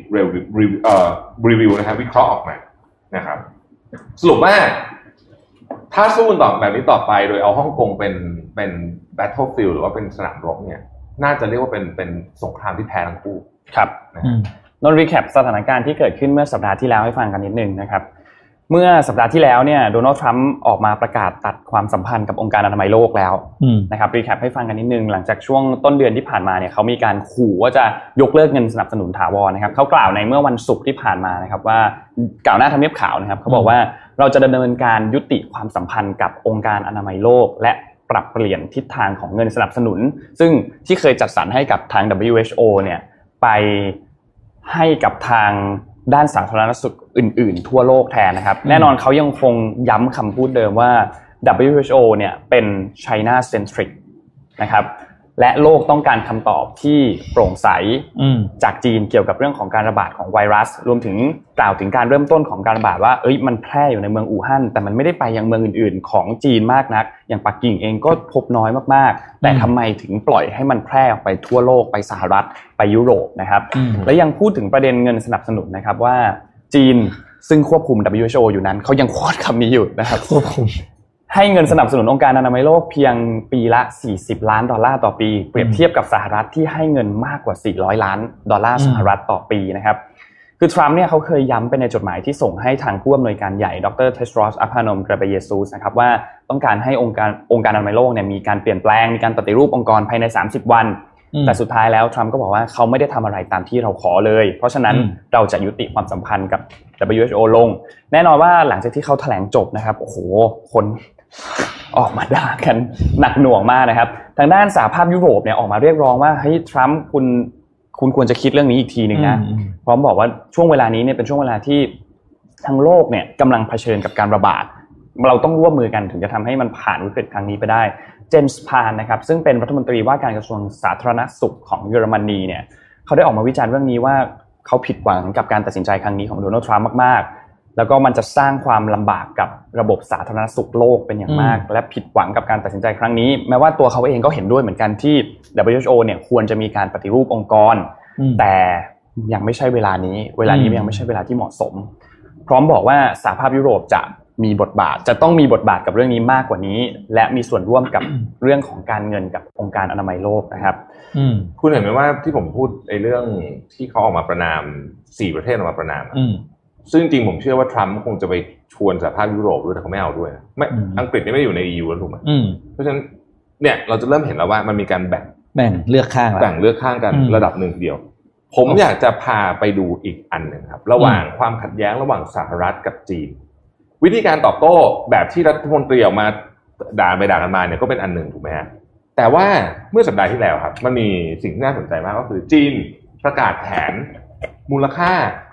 Review นะครับวิเคราะห์ออกมานะครับสรุปว่าถ้าสู้ต่อแบบนี้ต่อไปโดยเอาฮ่องกงเป็น battlefield หรือว่าเป็นสนามรบเนี่ยน่าจะเรียกว่าเป็นสงครามที่แพ้ทั้งคู่
ครับนนรีแคปสถานการณ์ที่เกิดขึ้นเมื่อสัปดาห์ที่แล้วให้ฟังกันนิดนึงนะครับเมื่อสัปดาห์ที่แล้วเนี่ยโดนัลด์ทรัมป์ออกมาประกาศตัดความสัมพันธ์กับองค์การอนามัยโลกแล้วนะครับรีแคปให้ฟังกันนิดนึงหลังจากช่วงต้นเดือนที่ผ่านมาเนี่ยเขามีการขู่ว่าจะยกเลิกเงินสนับสนุนถาวรนะครับเขากล่าวในเมื่อวันศุกร์ที่ผ่านมานะครับว่ากล่าวหน้าทำเนียบขาวนะครับเขาบอกว่าเราจะดำเนินการยุติความสัมพันธ์กับองค์การอนามัยโลกและปรับเปลี่ยนทิศทางของเงินสนับสนุนซึ่งที่เคยจัดสรรให้กับทาง WHO เนี่ยไปให้กับทางด้านสาธารณสุขอื่นๆทั่วโลกแทนนะครับแน่นอนเขายังคงย้ำคำพูดเดิมว่า WHO เนี่ยเป็น China centric นะครับและโลกต้องการคำตอบที่โปร่งใสจากจีนเกี่ยวกับเรื่องของการระบาดของไวรัสรวมถึงกล่าวถึงการเริ่มต้นของการระบาดว่ามันแพร่อยู่ในเมืองอู่ฮั่นแต่มันไม่ได้ไปยังเมืองอื่นๆของจีนมากนักอย่างปักกิ่งเองก็พบน้อยมากๆแต่ทำไมถึงปล่อยให้มันแพร่ออกไปทั่วโลกไปสหรัฐไปยุโรปนะครับและยังพูดถึงประเด็นเงินสนับสนุนนะครับว่าจีนซึ่งควบคุม WHO อยู่นั้นเขายังโค้ดคำนี้อยู่นะครับควบคุมให้เงินสนับสนุนองค์การอนามัยโลกเพียงปีละ$40 ล้านต่อปีเปรียบเทียบกับสหรัฐที่ให้เงินมากกว่า$400 ล้านสหรัฐต่อปีนะครับคือทรัมป์เนี่ยเขาเคยย้ำไปในจดหมายที่ส่งให้ทางผู้อำนวยการใหญ่ดร. เทสรอส อัพานม เกรเบเยซูสนะครับว่าต้องการให้องค์การอนามัยโลกเนี่ยมีการเปลี่ยนแปลงมีการปฏิรูปองค์กรภายใน30 วันแต่สุดท้ายแล้วทรัมป์ก็บอกว่าเขาไม่ได้ทำอะไรตามที่เราขอเลยเพราะฉะนั้นเราจะยุติความสัมพันธ์กับ WHO ลงแน่นอนว่าหลังจากที่เขาแถลงจบนะครับโอ้โหคนออกมาด่ากันหนักหน่วงมากนะครับทางด้านสหภาพยุโรปเนี่ยออกมาเรียกร้องว่าเฮ้ยทรัมป์คุณควรจะคิดเรื่องนี้อีกทีนึงนะพร้อมบอกว่าช่วงเวลานี้เนี่ยเป็นช่วงเวลาที่ทั้งโลกเนี่ยกำลังเผชิญกับการระบาดเราต้องร่วมมือกันถึงจะทำให้มันผ่านวิกฤตครั้งนี้ไปได้เจนส์พานนะครับซึ่งเป็นรัฐมนตรีว่าการกระทรวงสาธารณสุขของเยอรมนีเนี่ยเขาได้ออกมาวิจารณ์เรื่องนี้ว่าเขาผิดหวังกับการตัดสินใจครั้งนี้ของโดนัลด์ทรัมป์มากๆแล้วก็มันจะสร้างความลำบากกับระบบสาธารณสุขโลกเป็นอย่างมากและผิดหวังกับการตัดสินใจครั้งนี้แม้ว่าตัวเขาเองก็เห็นด้วยเหมือนกันที่ WHO เนี่ยควรจะมีการปฏิรูปองค์กรแต่ยังไม่ใช่เวลานี้ยังไม่ใช่เวลาที่เหมาะสมพร้อมบอกว่าสหภาพยุโรปจะต้องมีบทบาทกับเรื่องนี้มากกว่านี้และมีส่วนร่วมกับเรื่องของการเงินกับองค์การอนามัยโลกนะครับ
คุณเห็นไหมว่าที่ผมพูดในเรื่องที่เขาออกมาประณาม4ประเทศออกมาประณามซึ่งจริงผมเชื่อว่าทรัมป์คงจะไปชวนสหภาพยุโรปด้วยแต่เขาไม่เอาด้วยไม่อังกฤษนี่ไม่อยู่ใน EU แล้วถูกไหมเพราะฉะนั้นเนี่ยเราจะเริ่มเห็นแล้วว่ามันมีการแบ่ง
เลือกข้าง
กันระดับหนึ่งเดียวผมอยากจะพาไปดูอีกอันหนึ่งครับระหว่างความขัดแย้งระหว่างสหรัฐกับจีนวิธีการตอบโต้แบบที่รัฐมนตรีออกมาด่ากันมาเนี่ยก็เป็นอันหนึ่งถูกไหมฮะแต่ว่าเมื่อสัปดาห์ที่แล้วครับมันมีสิ่งที่น่าสนใจมากก็คือจีนประกาศแผนมูลค่า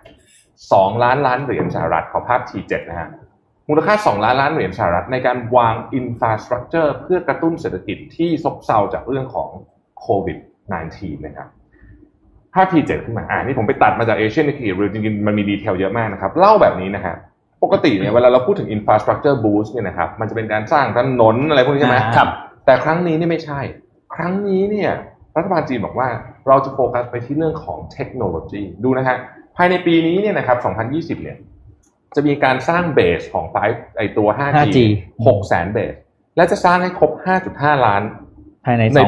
$2 ล้านเหรียญสหรัฐขอภาพ T7 นะฮะมูลค่า$2 ล้านเหรียญสหรัฐในการวาง infrastructure เพื่อกระตุ้นเศรษฐกิจที่ซบเซาจากเรื่องของโควิด -19 นะครับภาพ T7 ขึ้นมานี่ผมไปตัดมาจาก Asian Nikkei Review จริงๆมันมีดีเทลเยอะมากนะครับเล่าแบบนี้นะฮะปกติเนี่ยเวลาเราพูดถึง infrastructure boost เนี่ยนะครับมันจะเป็นการสร้างถนนอะไรพวกนี้ใช่ไหมครับแต่ครั้งนี้นี่ไม่ใช่ครั้งนี้เนี่ยรัฐบาลจีนบอกว่าเราจะโฟกัสไปที่เรื่องของเทคโนโลยีดูนะฮะภายในปีนี้เนี่ยนะครับ2020เนี่ยจะมีการสร้างเบสของตัว 5G 600,000 เบสและจะสร้างให้ครบ 5.5 ล้าน
ภาย
ในปี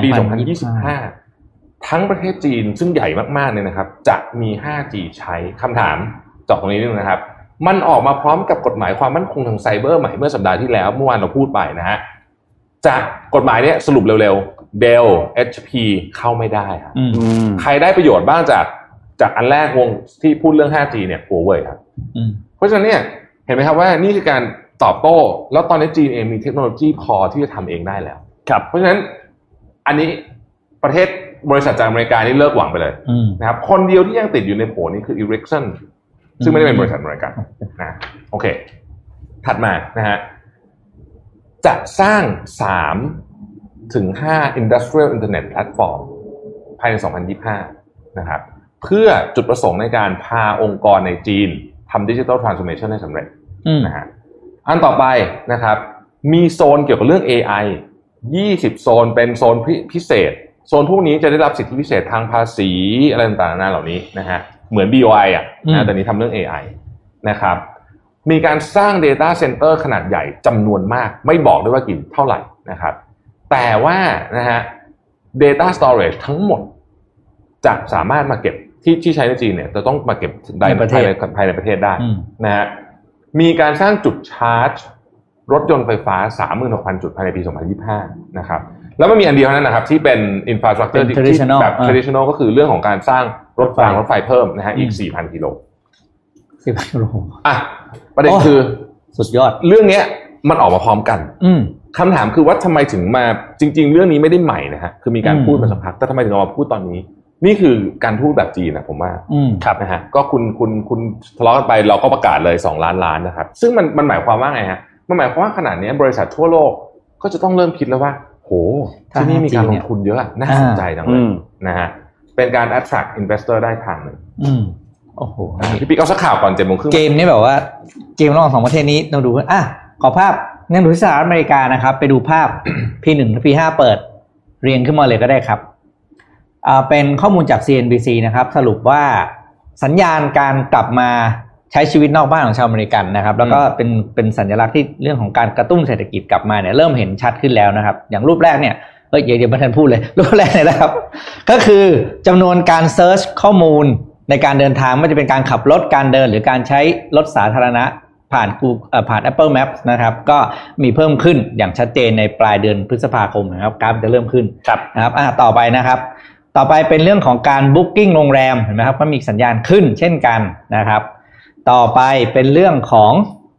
2025ทั้งประเทศจีนซึ่งใหญ่มากๆเนี่ยนะครับจะมี 5G ใช้คำถามเจาะตรงนี้นิดนึงนะครับมันออกมาพร้อมกับกฎหมายความมั่นคงทางไซเบอร์ใหม่เมื่อสัปดาห์ที่แล้วเมื่อวานเราพูดไปนะฮะจากกฎหมายนี้สรุปเร็วๆ Dell HP เข้าไม่ได้ครับใครได้ประโยชน์บ้างจากอันแรกวงที่พูดเรื่อง 5G เนี่ย Huawei ครับเพราะฉะนั้นเนี่ยเห็นไหมครับว่านี่คือการตอบโต้แล้วตอนนี้จีนเองมีเทคโนโลยีพอที่จะทำเองได้แล้ว
ครับ
เพราะฉะนั้นอันนี้ประเทศบริษัทจากอเมริกานี่เลิกหวังไปเลยนะครับคนเดียวที่ยังติดอยู่ในโผนี่คือ Ericssonซึ่งไม่ได้เป็นบริษัทอเมริกันนะโอเคถัดมานะฮะจะสร้าง3 ถึง 5 Industrial Internet Platform ภายใน 2025 นะครับเพื่อจุดประสงค์ในการพาองค์กรในจีนทำ Digital Transformation ให้สำเร็จนะฮะอันต่อไปนะครับมีโซนเกี่ยวกับเรื่อง AI 20โซนเป็นโซนพิเศษโซนพวกนี้จะได้รับสิทธิพิเศษทางภาษีอะไรต่างๆเหล่านี้นะฮะเหมือน BOI อ่ะนะแต่นี้ทำเรื่อง AI นะครับมีการสร้าง data center ขนาดใหญ่จำนวนมากไม่บอกด้วยว่ากี่เท่าไหร่นะครับแต่ว่านะฮะ data storage ทั้งหมดจะสามารถมาเก็บที่ใช้ในจีนเนี่ยจะต้องมาเก็บได้ภายในประเทศได้นะฮะมีการสร้างจุดชาร์จรถยนต์ไฟฟ้า 36,000 จุดภายในปี 2025 นะครับแล้วมันมีอันเดียวนั้นนะครับที่เป็น infrastructure ที่แบบ traditional ก็คือเรื่องของการสร้างรถไฟเพิ่มนะฮะอีก 4,000 กิโล
4,000 กิโล
อ่ะประเด็นคือ
สุดยอด
เรื่องนี้มันออกมาพร้อมกันคำถามคือว่าทำไมถึงมาจริงๆเรื่องนี้ไม่ได้ใหม่นะฮะคือมีการพูดมาสักพักแต่ทำไมถึงเอามาพูดตอนนี้นี่คือการพูดแบบจีนนะผมว่าครับนะฮะก็คุณทะเลาะกันไปเราก็ประกาศเลย2 ล้านล้านนะครับซึ่งมันหมายความว่าไงฮะมันหมายความว่าขนาดนี้บริษัททั่วโลกก็จะต้องเริ่มคิดแล้วว่าโหที่นี่มีการลงทุนเยอะน่าสนใจจังเลยนะฮะเป็นการ attract investor ได้ทางนึง
โอ้โห
พี่ปิ๊กเอาสักข่าวก่อน 7:30 น.
เกมนี้แบบว่าเกมระหว่าง2ประเทศนี้เราดูขอภาพงั้นดูที่สหรัฐอเมริกานะครับไปดูภาพ P1 และ P5 เปิดเรียงขึ้นมาเลยก็ได้ครับเป็นข้อมูลจาก CNBC นะครับสรุปว่าสัญญาณการกลับมาใช้ชีวิตนอกบ้านของชาวอเมริกันนะครับแล้วก็เป็นสัญลักษณ์ที่เรื่องของการกระตุ้นเศรษฐกิจกลับมาเนี่ยเริ่มเห็นชัดขึ้นแล้วนะครับอย่างรูปแรกเนี่ยเดี๋ยวมาทันพูดเลยรูปแรกเนี่ยนะครับก็คือจำนวนการเซิร์ชข้อมูลในการเดินทางไม่ว่าจะเป็นการขับรถการเดินหรือการใช้รถสาธารณะผ่าน Apple Maps นะครับก็มีเพิ่มขึ้นอย่างชัดเจนในปลายเดือนพฤษภาคมนะครับกราฟจะเริ่มขึ้นนะครับต่อไปนะครับต่อไปเป็นเรื่องของการ Booking โรงแรมเห็นไหมครับก็มีสัญญาณขึ้นเช่นกันนะครับต่อไปเป็นเรื่องของ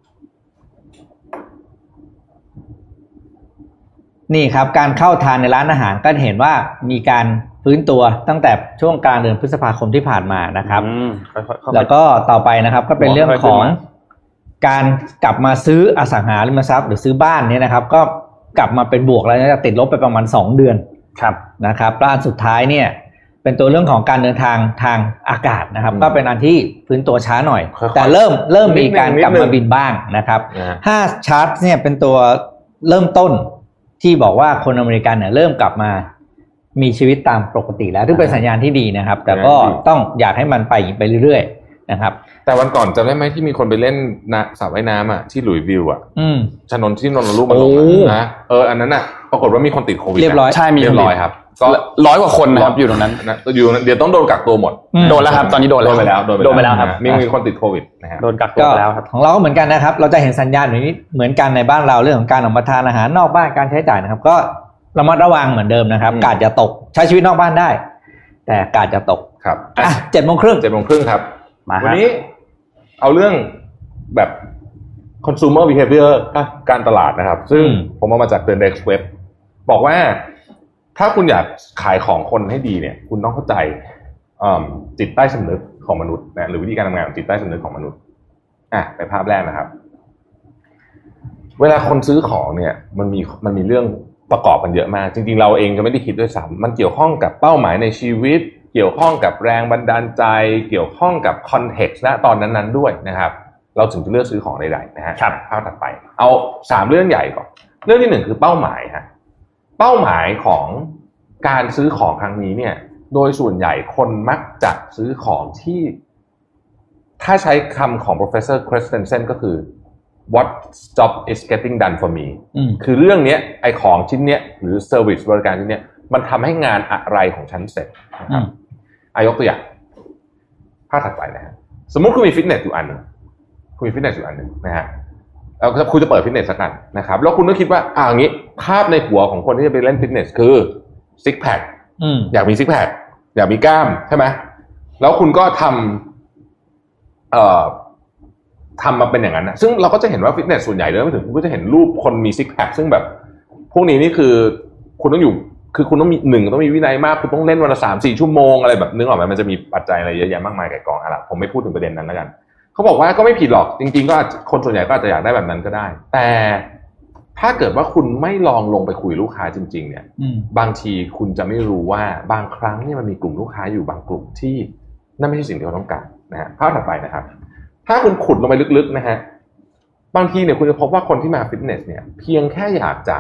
นี่ครับการเข้าทานในร้านอาหารก็เห็นว่ามีการฟื้นตัวตั้งแต่ช่วงกลางเดือนพฤษภาคมที่ผ่านมานะครับแล้วก็ต่อไปนะครับก็เป็นเรื่องของการกลับมาซื้ออสังหาริมทรัพย์หรือซื้อบ้านเนี่ยนะครับก็กลับมาเป็นบวกแล้วจะติดลบไปประมาณ2 เดือนนะครับแล้วอันสุดท้ายเนี่ยเป็นตัวเรื่องของการเดินทางอากาศนะครับก็เป็นอันที่ฟื้นตัวช้าหน่อยแต่เริ่มมีการกลับมาบินบ้างนะครับ5ชาร์ตเนี่ยเป็นตัวเริ่มต้นที่บอกว่าคนอเมริกันเนี่ยเริ่มกลับมามีชีวิตตามปกติแล้วซึ่งเป็นสัญญาณที่ดีนะครับแต่ก็ต้องอยากให้มันไปเรื่อยๆนะครับ
แต่วันก่อนจำได้ไหมที่มีคนไปเล่นสระว่ายน้ำอ่ะที่หลุยส์วิลล์อ่ะถนนที่นนทบุรีมันลงนะอันนั้นน่ะปรากฏว่ามีคนติดโควิด
เรียบร้อย
ใช่มีเรียบร้อย
ครับ
ก็100 กว่าคนนะครับอยู่ตรงนั้น
อยู่เดี๋ยวต้องโดนกักตัวหมด
โดนแล้วครับตอนนี้โดนไปแล้วครับ
มีคนติดโควิดนะฮะ
โดนกักตัวไปแล้วครับ
ของเราก็เหมือนกันนะครับเราจะเห็นสัญญาณแบบนี้เหมือนกันในบ้านเราเรื่องของการออกมาทานอาหารนอกบ้านการใช้จ่ายนะครับก็ระมัดระวังเหมือนเดิมนะครับกาดจะตกใช้ชีวิตนอกบ้านได้แต่กาดจะตก
ครับ
7:30
น.ครับวันนี้เอาเรื่องแบบ consumer behavior การตลาดนะครับซึ่งผมเอามาจาก The Next Web บอกว่าถ้าคุณอยากขายของคนให้ดีเนี่ยคุณต้องเข้าใจจิตใต้สำนึกของมนุษย์นะหรือวิธีการทำงานของจิตใต้สำนึกของมนุษย์ไปภาพแรกนะครับเวลาคนซื้อของเนี่ยมันมีเรื่องประกอบกันเยอะมากจริงๆเราเองก็ไม่ได้คิดด้วยซ้ำมันเกี่ยวข้องกับเป้าหมายในชีวิตเกี่ยวข้องกับแรงบันดาลใจเกี่ยวข้องกับคอนเท็กซ์ณตอนนั้นๆด้วยนะครับเราถึงจะเลือกซื้อของใดๆนะฮะภาพถัดไปเอา3เรื่องใหญ่ก่อนเรื่องที่1คือเป้าหมายฮะเป้าหมายของการซื้อของครั้งนี้เนี่ยโดยส่วนใหญ่คนมักจะซื้อของที่ถ้าใช้คำของ Professor Christensen ก็คือ what job is getting done for me คือเรื่องนี้ไอ้ของชิ้นเนี้ยหรือ service บริการชิ้นเนี้ยมันทำให้งานอะไรของฉันเสร็จนะครับยกตัวอย่างภาพถัดไปนะฮะสมมุติคุณมีฟิตเนสอยู่อันนึงนะฮะแล้วคุณจะเปิดฟิตเนสสักอันนะครับแล้วคุณก็คิดว่าอย่างนี้ภาพในหัวของคนที่จะไปเล่นฟิตเนสคือซิกแพคอยากมีซิกแพคอยากมีกล้ามใช่ไหมแล้วคุณก็ทำมาเป็นอย่างนั้นนะซึ่งเราก็จะเห็นว่าฟิตเนสส่วนใหญ่เลยไม่ถึงคุณก็จะเห็นรูปคนมีซิกแพคซึ่งแบบพวกนี้นี่คือคุณต้องอยู่คือคุณต้องมีต้องมีวินัยมากคุณต้องเล่นวันละ 3-4 ชั่วโมงอะไรแบบนึกออกไหมมันจะมีปัจจัยอะไรเยอะแยะมากมายไก่กองอะไรผมไม่พูดถึงประเด็นนั้นแล้วกันเขาบอกว่าก็ไม่ผิดหรอกจริงๆก็คนส่วนใหญ่ก็อาจจะอยากได้แบบนั้นก็ได้แต่ถ้าเกิดว่าคุณไม่ลองลงไปคุยลูกค้าจริงๆเนี่ยบางทีคุณจะไม่รู้ว่าบางครั้งเนี่ยมันมีกลุ่มลูกค้าอยู่บางกลุ่มที่นั่นไม่ใช่สิ่งที่เขาต้องการนะฮะภาพถัดไปนะครับถ้าคุณขุดลงไปลึกๆนะฮะบางทีเนี่ยคุณจะพบว่าคนที่มาฟิตเนสเนี่ยเพียงแค่อยากจะ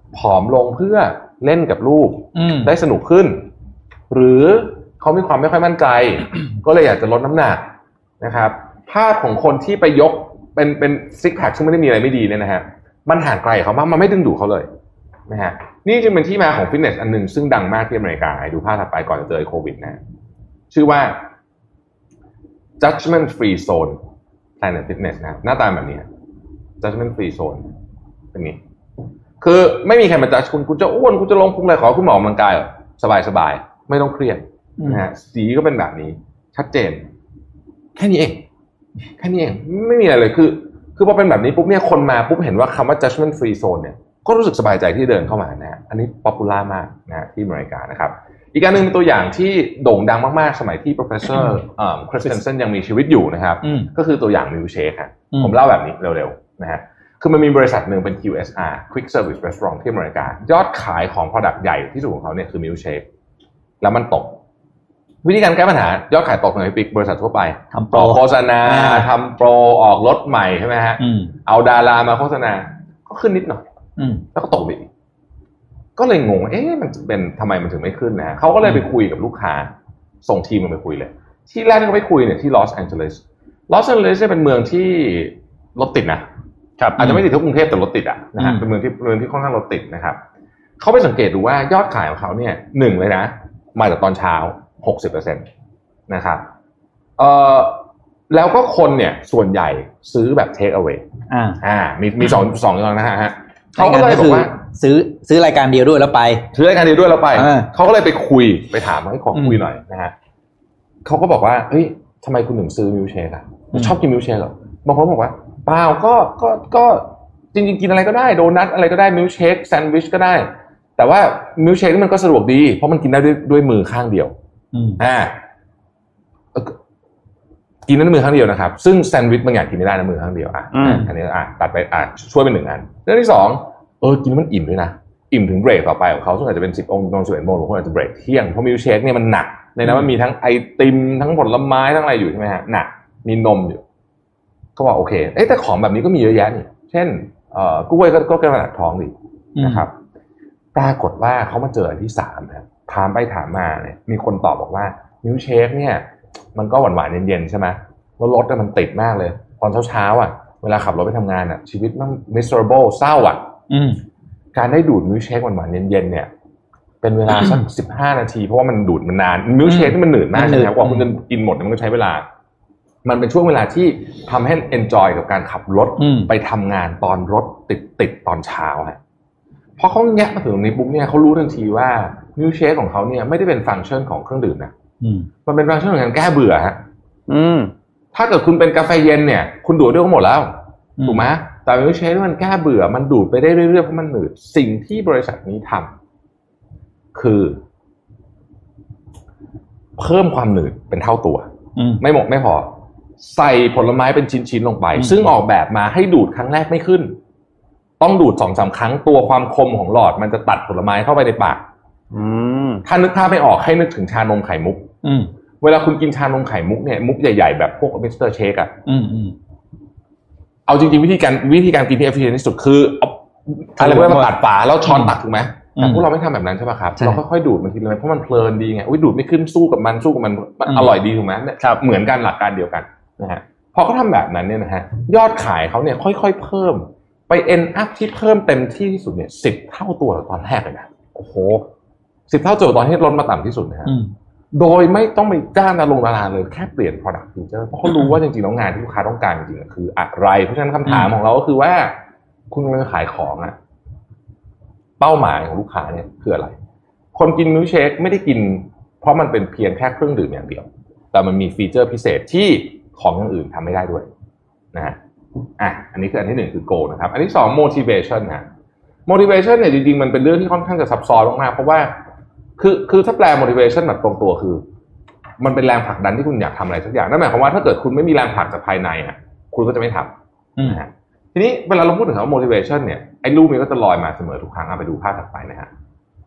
ผอมลงเพื่อเล่นกับลูกได้สนุกขึ้นหรือเขามีความไม่ค่อยมั่นใจ ก็เลยอยากจะลดน้ำหนักนะครับภาพของคนที่ไปยกเป็นซิกแพคซึ่งไม่ได้มีอะไรไม่ดีเนี่ยนะฮะมันห่างไกลเขามากมันไม่ดึงดูดเขาเลยนะฮะนี่จึงเป็นที่มาของฟิตเนสอันหนึ่งซึ่งดังมากที่อเมริกาดูภาพถัดไปก่อนจะเจอโควิดนะชื่อว่า Judgment Free Zone Planet Fitness นะหน้าตาแบบนี้ Judgment Free Zone เป็นนี้คือไม่มีใครมาจัดคุณจะอ้วนคุณจะลงพุงอะไรขอคุณหมอออกกำลังกายสบายๆไม่ต้องเครียดนะฮะสีก็เป็นแบบนี้ชัดเจนแค่นี้เองไม่มีอะไรเลยคือพอเป็นแบบนี้ปุ๊บเนี่ยคนมาปุ๊บเห็นว่าคำว่า judgment free zone เนี่ยก็รู้สึกสบายใจที่เดินเข้ามานะฮะอันนี้ popular มากนะที่อเมริกานะครับอีกอันนึงเป็นตัวอย่างที่โด่งดังมากๆสมัยที่ professor Christensen ยังมีชีวิตอยู่นะครับก็คือตัวอย่าง milkshake ฮะผมเล่าแบบนี้เร็วๆนะฮะคือมันมีบริษัทหนึ่งเป็น QSR Quick Service Restaurant ที่อเมริกายอดขายของ product ใหญ่ที่สุดของเขาเนี่ยคือ milkshake แล้วมันตกวิธีการแก้ปัญหายอดขายตกในปิ๊กบริษัททั่วไป
ทำโปร
โฆษณาทำโปรออกรถใหม่ใช่ไหมฮะเอาดารามาโฆษณาก็ขึ้นนิดหน่อยแล้วก็ตกไปก็เลยงงมันเป็นทำไมมันถึงไม่ขึ้นนะเขาก็เลยไปคุยกับลูกค้าส่งทีมมันไปคุยเลยที่แรกที่เขาไปคุยเนี่ยที่ลอสแอนเจลิสเนี่ยเป็นเมืองที่รถติดนะครับอาจจะไม่ติดเท่ากรุงเทพแต่รถติดนะฮะเป็นเมืองที่ค่อนข้างรถติดนะครับเขาไปสังเกตดูว่ายอดขายของเขาเนี่ยหนึ่งเลยนะมาจากตอนเช้า60%นะครับแล้วก็คนเนี่ยส่วนใหญ่ซื้อแบบ take away มีสองอย่างนะฮะเขาก็เลยบอกว่า
ซื้อรายการเดียวด้วยแล้วไปเขาก็เลยไปคุยไปถามให้ขอคุยหน่อยนะฮะเขาก็บอกว่าเฮ้ยทำไมคุณถึงซื้อมิลค์เชคชอบกินมิลค์เชคเหรอบางคนบอกว่าเปล่าก็จริงๆกินอะไรก็ได้โดนัทอะไรก็ได้มิลค์เชคแซนด์วิชก็ได้แต่ว่ามิลค์เชคนี่มันก็สะดวกดีเพราะมันกินได้ด้วยมือข้างเดียวกินนั้นมือข้างเดียวนะครับซึ่งแซนด์วิชบางอย่างกินไม่ได้นะมือข้างเดียวอันนี้ตัดไปช่วยเป็น1อันเรื่องที่2กินมันอิ่มด้วยนะอิ่มถึงเบรกต่อไปของเขาซึ่งอาจจะเป็น10 โมงถึง 11 โมงหรือคนอาจจะเบรกเที่ยงเพราะมิลค์เชคเนี่ยมันหนักในนั้นมันมีทั้งไอติมทั้งผลไม้ทั้งอะไรอยู่ใช่ไหมฮะหนักมีนมอยู่ก็ว่าโอเคแต่ของแบบนี้ก็มีเยอะแยะนี่เช่นกล้วยก็แก้ปัญหาท้องดินะครับปรากฏว่าเขามาเจออันที่3นะถามไปถามมาเนี่ยมีคนตอบบอกว่ามิลค์เชคเนี่ยมันก็หวานๆเย็นๆใช่ไหมแล้วรถมันติดมากเลยตอนเช้าเวลาขับรถไปทำงานชีวิตมัน miserable เศร้าการได้ดูดมิลค์เชคหวานๆเย็นๆเนี่ยเป็นเวลาสัก15 นาทีเพราะว่ามันดูดมันนานมิลค์เชคที่มันหนืดมากใช่ไหมครับกว่าคุณจะกินหมดมันก็ใช้เวลามันเป็นช่วงเวลาที่ทำให้ enjoy กับการขับรถไปทำงานตอนรถติดตอนเช้าฮะพอเขาแงะมาถึงตรงนี้ปุ๊บเนี่ยเขารู้ทันทีว่ามิลค์เชคของเขาเนี่ยไม่ได้เป็นฟังก์ชันของเครื่องดื่มนะมันเป็นฟังก์ชันของการแก้เบื่อฮะถ้าเกิดคุณเป็นกาแฟเย็นเนี่ยคุณดูดด้วยก็หมดแล้วถูกไหมแต่มิลค์เชคมันแก้เบื่อมันดูดไปได้เรื่อยๆเพราะมันหนืดสิ่งที่บริษัทนี้ทำคือเพิ่มความหนืดเป็นเท่าตัวไม่พอใส่ผลไม้เป็นชิ้นๆลงไปซึ่งออกแบบมาให้ดูดครั้งแรกไม่ขึ้นต้องดูด 2-3 ครั้งตัวความคมของหลอดมันจะตัดผลไม้เข้าไปในปากถ้านึกภาพไม่ออกให้นึกถึงชานมไข่มุกเวลาคุณกินชานมไข่มุกเนี่ยมุกใหญ่ๆแบบพวกมิสเตอร์เชคเอาจริงๆวิธีการกินที่ efficient ที่สุดคืออะไรพวกนี้มาตัดฝาแล้วช้อนตักถูกไหมแต่พวกเราไม่ทำแบบนั้นใช่ป่ะครับเราค่อยๆดูดมันทีละเพราะมันเพลินดีไงดูดไม่ขึ้นสู้กับมันอร่อยดีถูกไหมเหมือนกันหลักการเดียวกันนะฮะพอเขาทำแบบนั้นเนี่ยนะฮะยอดขายเขาเนี่ยค่อยๆเพิ่มไป end up ที่เพิ่มเต็มที่ที่สุดเนี่ย10 เท่าตัวตอนแรกเลยนะโอ้โห10 เท่าตัวตอนที่ลดมาต่ำที่สุดนะฮะโดยไม่ต้องไปจ้างดาราเลยแค่เปลี่ยน product feature เพราะเขารู้ว่าจริงๆแล้วงานที่ลูกค้าต้องการจริงๆคืออะไรเพราะฉะนั้นคำถามของเราก็คือว่าคุณกำลังขายของเป้าหมายของลูกค้าเนี่ยคืออะไรคนกินมิลค์เชคไม่ได้กินเพราะมันเป็นเพียงแค่เครื่องดื่มอย่างเดียวแต่มันมีฟีเจอร์พิเศษที่ของอย่างอื่นทำไม่ได้ด้วยนะฮะอันนี้คืออันที่1คือ goal นะครับอันที่2 motivation นะ motivation เนี่ยจริงๆมันเป็นเรื่องที่ค่อนข้างจะซับซ้อนมากๆเพราะว่าคือถ้าแปล motivation แบบตรงตัวคือมันเป็นแรงผลักดันที่คุณอยากทำอะไรสักอย่างนั่นหมายความว่าถ้าเกิดคุณไม่มีแรงผลักจากภายในคุณก็จะไม่ทำนะฮะทีนี้เวลาเราพูดถึงคำว่า motivation เนี่ยไอ้รูปนี้ก็จะลอยมาเสมอทุกครั้งไปดูภาพถัดไปนะฮะ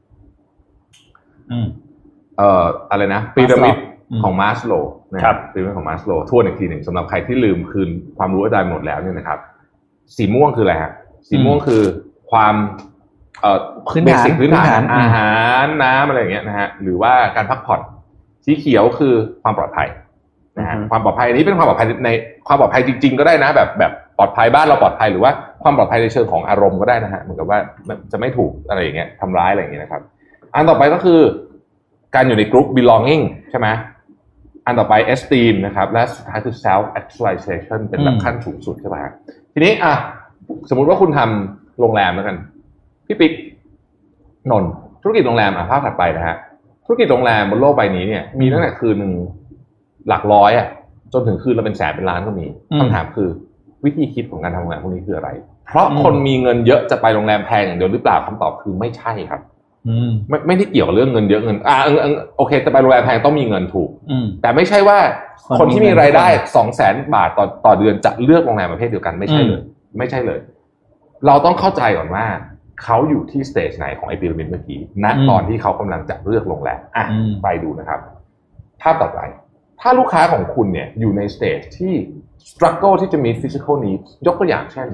อะไรนะพีระมิดของมาสโลว์นะครับพีระมิดของมาสโลว์ทวนอีกทีหนึ่งสำหรับใครที่ลืมคืนความรู้อาจารย์หมดแล้วเนี่ยนะครับสีม่วงคืออะไรฮะสีม่วงคือความ
เบสิกพื้นฐานอาหารน้ำอะไรอย่างเงี้ยนะฮะหรือว่าการพักผ่อนสีเขียวคือความปลอดภัยนะฮะความปลอดภัยนี้เป็นความปลอดภัยในความปลอดภัยจริงๆก็ได้นะแบบปลอดภัยบ้านเราปลอดภัยหรือว่าความปลอดภัยในเชิงของอารมณ์ก็ได้นะฮะเหมือนกับว่าจะไม่ถูกอะไรอย่างเงี้ยทำร้ายอะไรอย่างเงี้ยนะครับอันต่อไปก็คือการอยู่ในกลุ่ม belonging ใช่ไหมอันต่อไป esteem นะครับและสุดท้ายคือ self actualization เป็นแบบขั้นสูงสุดใช่ไหมทีนี้สมมุติว่าคุณทำโรงแรมแล้วกันพี่ปิ๊กนนท์ธุรกิจโรงแรมภาพถัดไปนะฮะธุรกิจโรงแรมบนโลกใบนี้เนี่ยมีตั้งแต่คืนนึงหลักร้อยจนถึงคืนละเป็นแสนเป็นล้านก็มีคำถามคือวิธีคิดของการทำโรงแรมพวกนี้คืออะไรเพราะคนมีเงินเยอะจะไปโรงแรมแพงอย่างเดียวหรือเปล่าคำตอบคือไม่ใช่ครับไม่ได้เกี่ยวกับเรื่องเงินเยอะเงินโอเคจะไปโรงแรมแพงต้องมีเงินถูกแต่ไม่ใช่ว่าคนที่มีรายได้ 200,000 บาทต่อเดือนจะเลือกโรงแรมประเภทเดียวกันไม่ใช่เลยเราต้องเข้าใจก่อนว่าเขาอยู่ที่สเตจไหนของไอ้พีระมิดเมื่อกี้ณตอนที่เขากำลังจะเลือกโรงแรมไปดูนะครับภาพต่อไปถ้าลูกค้าของคุณเนี่ยอยู่ในสเตจที่ struggle ที่จะมี physical needs ยกตัวอย่างเช่น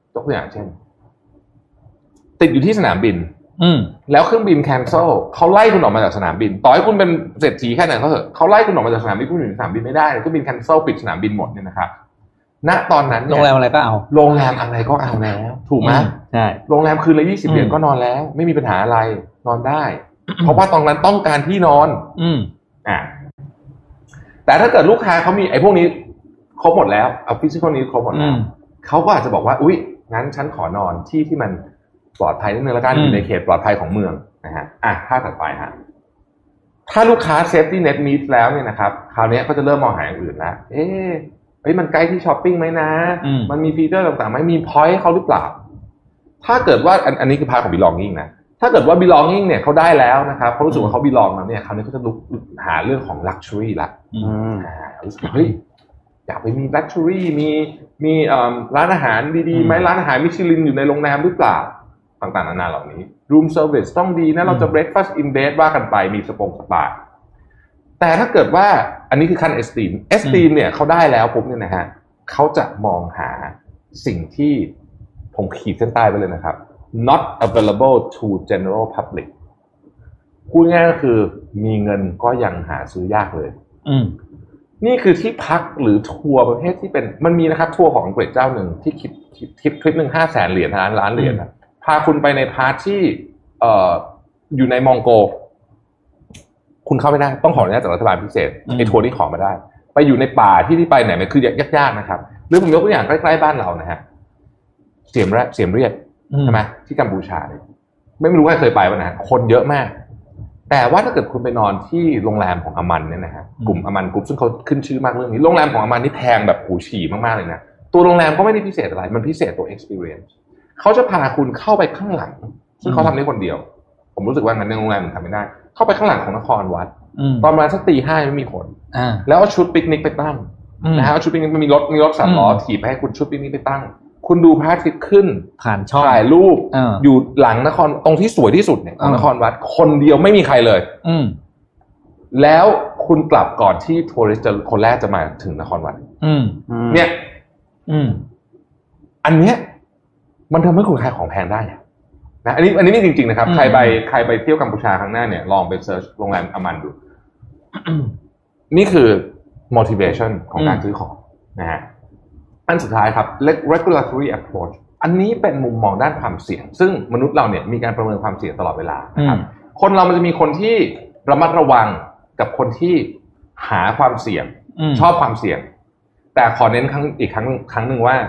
ติดอยู่ที่สนามบินแล้วเครื่องบิน cancel เขาไล่คุณออกมาจากสนามบินต่อให้คุณเป็นเศรษฐีแค่ไหนเขาเถอะเขาไล่คุณออกมาจากสนามบินคุณอยู่ในสนามบินไม่ได้เครื่องบิน cancel ปิดสนามบินหมดเนี่ยนะครับณตอนนั้นเนี่ย
โรงแรมอะไรก็เอา
แล้วถูกไหม
ใช่
โรงแรมคืนละ$20ก็นอนแล้วไม่มีปัญหาอะไรนอนได้ เพราะว่าตอนนั้นต้องการที่นอนแต่ถ้าเกิดลูกค้าเขามีไอ้พวกนี้ครบหมดแล้วเอาฟิสิกอลนี้ครบหมดแล้วเขาก็อาจจะบอกว่าอุ๊ยงั้นฉันขอนอนที่มันปลอดภัยนิดนึงแล้วกันอยู่ในเขตปลอดภัยของเมืองนะฮะถ้าถัดไปฮะถ้าลูกค้าเซฟตี้เน็ตมีแล้วเนี่ยนะครับคราวนี้ก็จะเริ่มมองหาอย่างอื่นแล้วมันใกล้ที่ช้อปปิ้งไหมนะมันมีฟีเจอร์ต่างๆไหมมีพอยต์เขาหรือเปล่าถ้าเกิดว่าอันนี้คือพาร์ทของ belonging นะถ้าเกิดว่า belonging เนี่ยเขาได้แล้วนะครับเขารู้สึกว่าเขา belong แล้วเนี่ยคราวนี้เขาจะหาเรื่องของ luxury ละรู้สึกเฮ้ยอยากไปมี luxury มีร้านอาหารดีๆไหมร้านอาหารมิชลินอยู่ในโรงแรมหรือเปล่าต่างๆนานาเหล่านี้ room service ต้องดีนะเราจะ breakfast in bed ว่ากันไปมีสปาแต่ถ้าเกิดว่าอันนี้คือขั้น esteem เนี่ยเขาได้แล้วปุ๊บเนี่ยนะฮะเขาจะมองหาสิ่งที่ผมขีดเส้นใต้ไปเลยนะครับ not available to general public พูดง่ายก็คือมีเงินก็ยังหาซื้อยากเลยนี่คือที่พักหรือทัวร์ประเภทที่เป็นมันมีนะครับทัวร์ของอังกฤษเจ้าหนึ่งที่คิดทริปนึง$500,000ล้านเหรียญนะพาคุณไปในพาร์ทที่อยู่ในมองโกคุณเข้าไม่ได้ต้องขออนุญาตจากรัฐบาลพิเศษไอ้ทัวร์ที่ขอมาได้ไปอยู่ในป่าที่ไปไหนมันคือยากๆนะครับหรือผมยกตัวอย่างใกล้ๆบ้านเรานะฮะเสียมเรียบใช่ไหมที่กัมพูชาเนี่ยไม่รู้ว่าเคยไปป่ะนะคนเยอะมากแต่ว่าถ้าเกิดคุณไปนอนที่โรงแรมของอามันเนี่ยนะฮะกลุ่มอามันกรุ๊ปซึ่งเขาขึ้นชื่อมากเรื่องนี้โรงแรมของอามันนี่แพงแบบหูฉี่มากๆเลยนะตัวโรงแรมก็ไม่ได้พิเศษอะไรมันพิเศษตัว experience เขาจะพาคุณเข้าไปข้างหลังซึ่งเขาทำได้คนเดียวผมรู้สึกว่างั้นในโรงแรมมันทำไม่ได้เข้าไปข้างหลังของนครวัดตอนประมาณสัก 5:00 ไม่มีคนแล้วเอาชุดปิกนิกไปตั้งนะฮะเอาชุดปิกนิกมีรถ3 ล้อถีบให้คุณชุดปิกนิกไปตั้งคุณดูพระอาทิตย์ขึ้น
ผ่านช่อง
ถ่ายรูปอยู่หลังนครตรงที่สวยที่สุดเนี่ยของนครวัดคนเดียวไม่มีใครเลยแล้วคุณกลับก่อนที่ทัวริสต์คนแรกจะมาถึงนครวัดเนี่ยอันเนี้ยมันทำให้คุณขายของแพงได้นะอันนี้ไม่จริงๆนะครับใครไปเที่ยวกัมพูชาครั้งหน้าเนี่ยลองไปเซิร์ชโรงแรมอามันดู นี่คือ motivation ของการซื้อของนะฮะอันสุดท้ายครับ regulatory approach อันนี้เป็นมุมมองด้านความเสี่ยงซึ่งมนุษย์เราเนี่ยมีการประเมินความเสี่ยงตลอดเวลานะครับคนเรามันจะมีคนที่ระมัดระวังกับคนที่หาความเสี่ยงชอบความเสี่ยงแต่ขอเน้นอีกครั้งหนึ่งว่า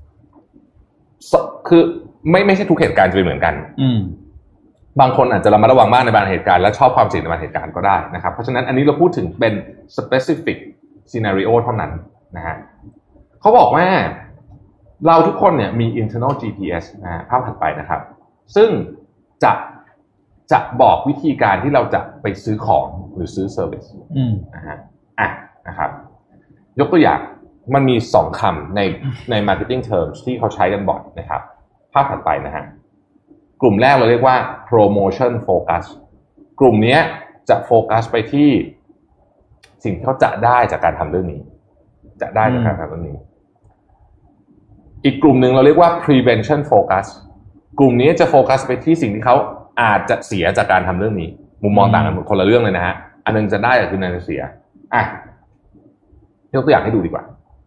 คือไม่ใช่ทุกเหตุการณ์จะเป็นเหมือนกันบางคนอาจจะระมัดระวังมากในบางเหตุการณ์และชอบความเสี่ยงในบางเหตุการณ์ก็ได้นะครับเพราะฉะนั้นอันนี้เราพูดถึงเป็น specific scenario เท่านั้นนะฮะเขาบอกว่าเราทุกคนเนี่ยมี internal GPS นะภาพถัดไปนะครับซึ่งจะบอกวิธีการที่เราจะไปซื้อของหรือซื้อ service นะฮะนะครับยกตัวอย่างมันมี2คำใน marketing terms ที่เขาใช้กันบ่อยนะครับภาพถัดไปนะฮะกลุ่มแรกเราเรียกว่า promotion focus กลุ่มนี้จะโฟกัสไปที่สิ่งที่เขาจะได้จากการทำเรื่องนี้อีกกลุ่มหนึ่งเราเรียกว่า prevention focus กลุ่มนี้จะโฟกัสไปที่สิ่งที่เขาอาจจะเสียจากการทำเรื่องนี้มุมมองต่างกันคนละเรื่องเลยนะฮะอันนึงจะได้คืออันนึงเสียยกตัวอย่างให้ดูดีกว่า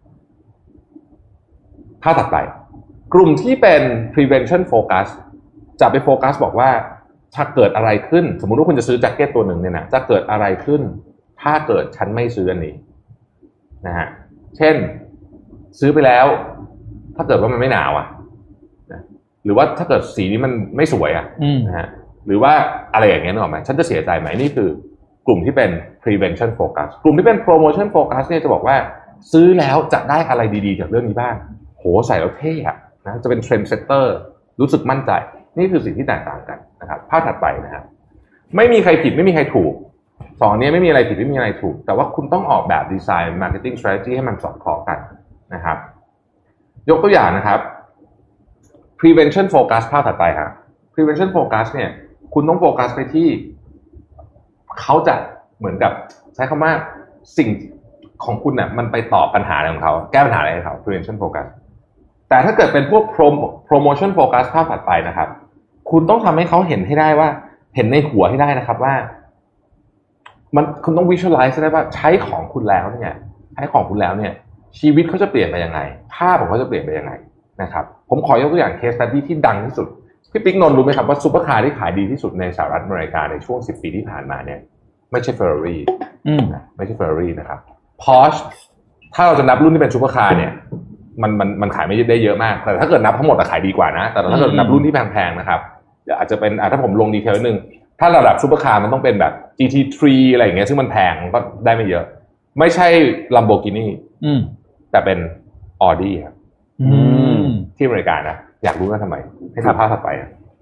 ภาพถัดไปกลุ่มที่เป็น prevention focus จะไปโฟกัสบอกว่าถ้าเกิดอะไรขึ้นสมมุติว่าคุณจะซื้อแจ็คเก็ตตัวหนึ่งเนี่ยนะจะเกิดอะไรขึ้นถ้าเกิดฉันไม่ซื้ออันนี้นะฮะเช่นซื้อไปแล้วถ้าเกิดว่ามันไม่หนาวนะหรือว่าถ้าเกิดสีนี้มันไม่สวยนะฮะหรือว่าอะไรอย่างเงี้ยนึกออกไหมฉันจะเสียใจไหมนี่คือกลุ่มที่เป็น prevention focus กลุ่มที่เป็น promotion focus เนี่ยจะบอกว่าซื้อแล้วจะได้อะไรดีๆจากเรื่องนี้บ้างโหใส่แล้วเท่นะจะเป็น trend setter รู้สึกมั่นใจนี่คือสิ่งที่แตกต่างกันนะครับภาพถัดไปนะครับไม่มีใครผิดไม่มีใครถูกสองนี้ไม่มีอะไรผิดไม่มีอะไรถูกแต่ว่าคุณต้องออกแบบดีไซน์ marketing strategy ให้มันสอดคล้องกันนะครับยกตัวอย่างนะครับ prevention focus ภาพถัดไปครับ prevention focus เนี่ยคุณต้องโฟกัสไปที่เขาจะเหมือนกับใช้คำว่าสิ่งของคุณเนี่ยมันไปตอบปัญหาอะไรของเขาแก้ปัญหาอะไรให้เขา prevention focus แต่ถ้าเกิดเป็นพวก promotion focus ภาพถัดไปนะครับคุณต้องทำให้เขาเห็นให้ได้ว่าเห็นในหัวให้ได้นะครับว่ามันคุณต้อง visualize ได้ว่าใช้ของคุณแล้วเนี่ยชีวิตเขาจะเปลี่ยนไปยังไงภาพของเขาจะเปลี่ยนไปยังไงนะครับผมขอยกตัวอย่าง case study ที่ดังที่สุดพี่ปิ๊กนนท์รู้ไหมครับว่าซุปเปอร์คาร์ที่ขายดีที่สุดในสหรัฐอเมริกาในช่วง10 ปีที่ผ่านมาเนี่ยไม่ใช่ Ferrari ไม่ใช่ Ferrari นะครับ Porsche ถ้าเราจะนับรุ่นที่เป็นซุปเปอร์คาร์เนี่ยมันขายไม่ได้เยอะมากแต่ถ้าเกิดนับทั้งหมดขายดีกว่านะแต่ถ้าเกิดนับรุ่นที่แพงๆนะครับอาจจะเป็นถ้าผมลงดีเทลนิดนึงถ้าระดับซุปเปอร์คาร์มันต้องเป็นแบบ GT3 อะไรอย่างเงี้ยซึ่งมันแพงก็ได้ไม่เยอะไม่ใช่ Lamborghini แต่เป็น Audi ครับที่อเมริกานะอยากรู้ว่าทำไมให้ดูภาพถัดไป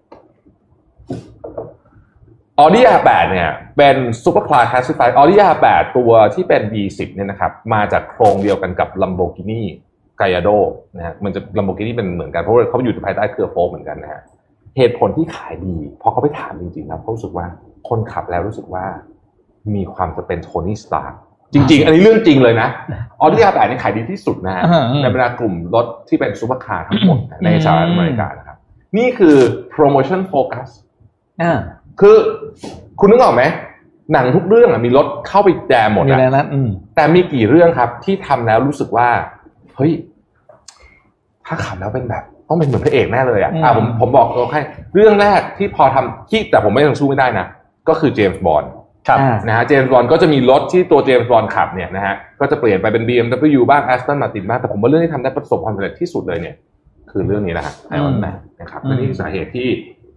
Audi R8 เนี่ยเป็น Supercar Classified Audi R8 ตัวที่เป็น B10 เนี่ยนะครับมาจากโครงเดียวกันกับ Lamborghini Gallardo นะฮะมันจะ Lamborghini เป็นเหมือนกันเพราะว่าเขาอยู่ภายใต้เครือโฟล์เหมือนกันนะฮะเหตุผลที่ขายดีเพราะเขาไปถามจริงๆนะเขารู้สึกว่าคนขับแล้วรู้สึกว่ามีความจะเป็นโทนี่สตาร์จริงๆอันนี้เรื่องจริงเลยนะ Audi R8 นี่ขายดีที่สุดนะฮะในบรรดากลุ่มรถที่เป็นซุปเปอร์คาร์ทั้งหมดในสหรัฐอเมริกานะครับนี่คือ promotion focus คือคุณนึกออกไหมหนังทุกเรื่องมีรถเข้าไปแจมหมดนะแต่มีกี่เรื่องครับที่ทำแล้วรู้สึกว่าเฮ้ยถ้าขับแล้วเป็นแบบต้องเป็นเหมือนพระเอกแน่เลยผมบอกโอเคเรื่องแรกที่พอทำที่แต่ผมไม่ต้องสู้ไม่ได้นะก็คือเจมส์บอนด์นะฮะเจมส์บอนด์ก็จะมีรถที่ตัวเจมส์บอนด์ขับเนี่ยนะฮะก็จะเปลี่ยนไปเป็น BMW บ้าง Aston Martin บ้างแต่ผมว่าเรื่องที่ทำได้ประสบความสำเร็จที่สุดเลยเนี่ยคือเรื่องนี้นะฮะ Iron Man นะครับและนี่คือสาเหตุที่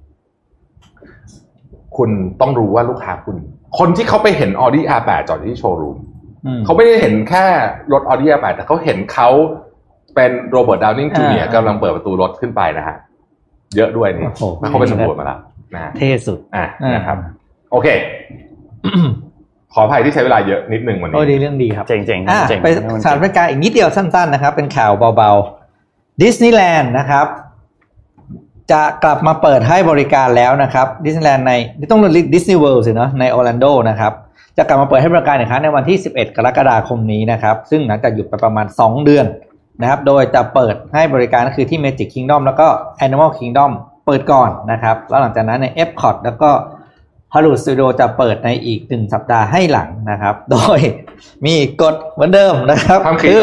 คุณต้องรู้ว่าลูกค้าคุณคนที่เขาไปเห็น Audi R8 จอดที่โชว์รูมเขาไม่ได้เห็นแค่รถ Audi R8 แต่เขาเห็นเขาเป็นโรเบิร์ตดาวนิงจูเนียร์กำลังเปิดประตูรถขึ้นไปนะฮะเยอะด้วยนี่เขาไปสำรวจมาแล้วนะเท่สุดนะครับโอเคขออภัยที่ใช้เวลาเยอะนิดนึงวันนี้
ดีเรื่องดีครับ
เจ๋งๆ
ไปสถานบริการอีกนิดเดียวสั้นๆนะครับเป็นข่าวเบาๆดิสนีย์แลนด์นะครับจะกลับมาเปิดให้บริการแล้วนะครับดิสนีย์แลนด์ในต้องเรียกดิสนีย์เวิลด์สิเนาะในออร์แลนโดนะครับจะกลับมาเปิดให้บริการอีกครั้งในวันที่11กรกฎาคมนี้นะครับซึ่งหลังจากหยุดไปประมาณ2เดือนนะครับโดยจะเปิดให้บริการก็คือที่ Magic Kingdom แล้วก็ Animal Kingdom เปิดก่อนนะครับแล้วหลังจากนั้นใน Epcot แล้วก็ Hollywood Studio จะเปิดในอีก1สัปดาห์ให้หลังนะครับโดยมีกฎเหมือนเดิมนะครับคือ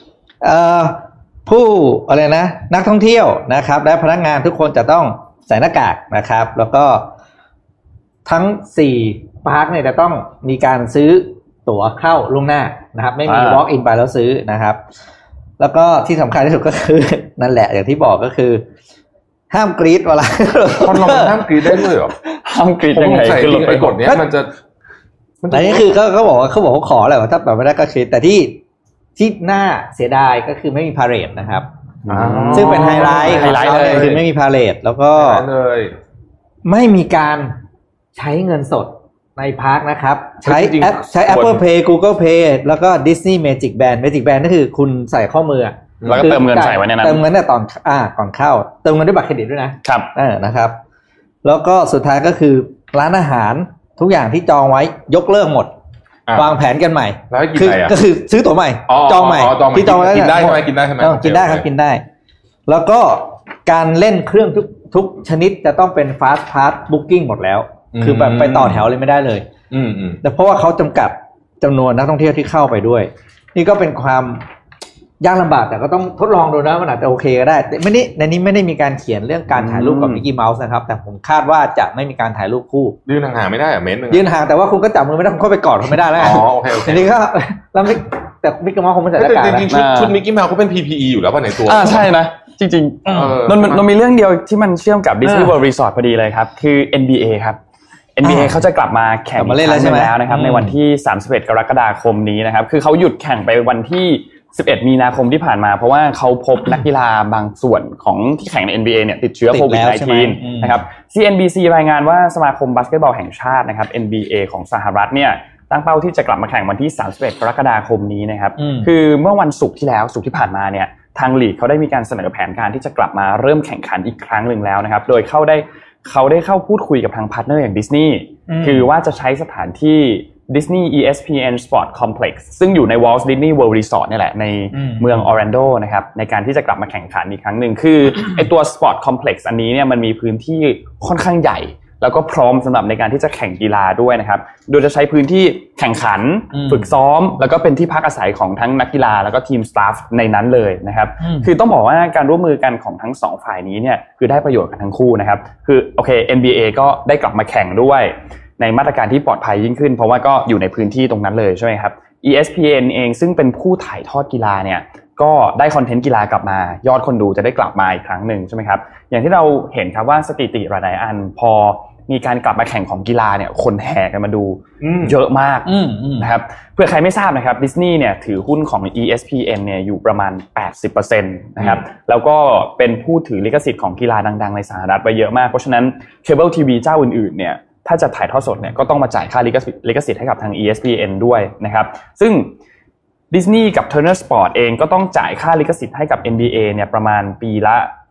ผู้อะไรนะนักท่องเที่ยวนะครับและพนักงานทุกคนจะต้องใส่หน้ากากนะครับแล้วก็ทั้ง4พาร์คเนี่ยจะต้องมีการซื้อตั๋วเข้าล่วงหน้านะครับไม่มี walk in ไปแล้วซื้อนะครับแล้วก็ที่สำคัญที่สุดก็คือนั่นแหละอย่างที่บอกก็คือห้ามกรี๊ดเวลา
คนเราห้ามกรี๊ดได้ด้วยเหรอ
ห้ามกรี๊ดยังไง
คือไอ้กฎเนี้ยมันจะ
อันนี้คือก็บอกว่าเขาขอแหละว่าถ้าแบบไม่ได้ก็กรี๊ดแต่ที่น่าเสียดายก็คือไม่มีพาเหรดนะครับซึ่งเป็นไฮไลท์เลยคือไม่มีพาเหรดแล้วก็ไม่มีการใช้เงินสดในพาร์คนะครับใช้ Apple Pay Google Pay แล้วก็ Disney Magic Band Magic Band ก็คือคุณใส่ข้อมือ
แล้วก็เติมเงินใส่ไว้ในนั้น
เติมเงินตอนก่อนเข้าเติมเงินด้วยบัตรเครดิตด้วยนะครับนะครับแล้วก็สุดท้ายก็คือร้านอาหารทุกอย่างที่จองไว้ยกเลิกหมดวางแผนกันใหม่ก็คือซื้อตั๋วใหม่จองใหม่ที่จองแล้ว
กินได้ใช่ไหมกินได้ใช่ไหม
กินได้ครับกินได้แล้วก็การเล่นเครื่องทุกชนิดจะต้องเป็น fast pass booking หมดแล้วคือแบบไปต่อแถวเลยไม่ได้เลยแต่เพราะว่าเขาจำกัดจำนวนนักท่องเที่ยวที่เข้าไปด้วยนี่ก็เป็นความยากลำบากแต่ก็ต้องทดลองดูนะมันอาจจะโอเคก็ได้แต่ในนี้ไม่ได้มีการเขียนเรื่องการถ่ายรูปกับมิกกี้เมาส์นะครับแต่ผมคาดว่าจะไม่มีการถ่ายรูปคู่
ยืนห่างๆไม่ได้เมตรนึง
ยืนห่างแต่ว่าคุณก็จับมือไม่ได้คุณเข้าไปกอดเขาไม่ได้แล้ว
อ๋อโอเค
ทีนี้ก็แล้วแต่มิกกี้เมาส์คงไม่ใส่หน้ากาก
จริงๆชุดมิกกี้เมาส์เขาเป็น PPE อยู่แล้วป่ะในตัว
ใช่นะจริงๆมันมีเรื่องเดียวที่มันเชื่อมกับ Disney World Resort พอดีเลยครับคือ NBA ครับ NBA เขาจะกลับมาแข่ง
มาเล่นแล้ว
นะครับในวันที่31กรกฎาคมนี้นะครับคือเขาหยุดแข่งไปวันที่11มีนาคมที่ผ่านมาเพราะว่าเขาพบนักกีฬาบางส่วนของที่แข่งใน NBA เนี่ยติดเชื้อโควิด -19 นะครับ CNBC รายงานว่าสมาคมบาสเกตบอลแห่งชาตินะครับ NBA ของสหรัฐเนี่ยตั้งเป้าที่จะกลับมาแข่งวันที่31กรกฎาคมนี้นะครับคือเมื่อวันศุกร์ที่ผ่านมาเนี่ยทางลีกเขาได้มีการเสนอแผนการที่จะกลับมาเริ่มแข่งขันอีกครั้งนึงแล้วนะครับโดยเขาได้เข้าพูดคุยกับทางพาร์ทเนอร์อย่างดิสนีย์คือว่าจะใช้สถานที่ Disney ESPN Sport Complex ซึ่งอยู่ใน Walt Disney World Resort นี่แหละในเมืองออร์แลนโดนะครับในการที่จะกลับมาแข่งขันอีกครั้งนึงคือไอตัว Sport Complex อันนี้เนี่ยมันมีพื้นที่ค่อนข้างใหญ่แล้วก็พร้อมสำหรับในการที่จะแข่งกีฬาด้วยนะครับโดยจะใช้พื้นที่แข่งขันฝึกซ้อมแล้วก็เป็นที่พักอาศัยของทั้งนักกีฬาแล้วก็ทีมสตาฟในนั้นเลยนะครับคือต้องบอกว่าการร่วมมือกันของทั้งสองฝ่ายนี้เนี่ยคือได้ประโยชน์กันทั้งคู่นะครับคือโอเค NBA ก็ได้กลับมาแข่งด้วยในมาตรการที่ปลอดภัยยิ่งขึ้นเพราะว่าก็อยู่ในพื้นที่ตรงนั้นเลยใช่ไหมครับ ESPN เองซึ่งเป็นผู้ถ่ายทอดกีฬาเนี่ยก็ได้คอนเทนต์กีฬากลับมายอดคนดูจะได้กลับมาอีกครั้งนึงใช่ไหมครับอย่างที่เราเห็นครับว่าสถิติหลายอันพอมีการกลับมาแข่งของกีฬาเนี่ยคนแห่กันมาดูเยอะมากนะครับเพื่อใครไม่ทราบนะครับดิสนีย์เนี่ยถือหุ้นของ ESPN เนี่ยอยู่ประมาณ 80% นะครับแล้วก็เป็นผู้ถือลิขสิทธิ์ของกีฬาดังๆในสหรัฐไว้เยอะมากเพราะฉะนั้นเคเบิลทีวีเจ้าอื่นๆเนี่ยถ้าจะถ่ายทอดสดเนี่ยก็ต้องมาจ่ายค่าลิขสิทธิ์ให้กับทาง ESPN ด้วยนะครับซึ่งดิสนีย์กับ Turner Sport เองก็ต้องจ่ายค่าลิขสิทธิ์ให้กับ NBA เนี่ยประมาณปีละ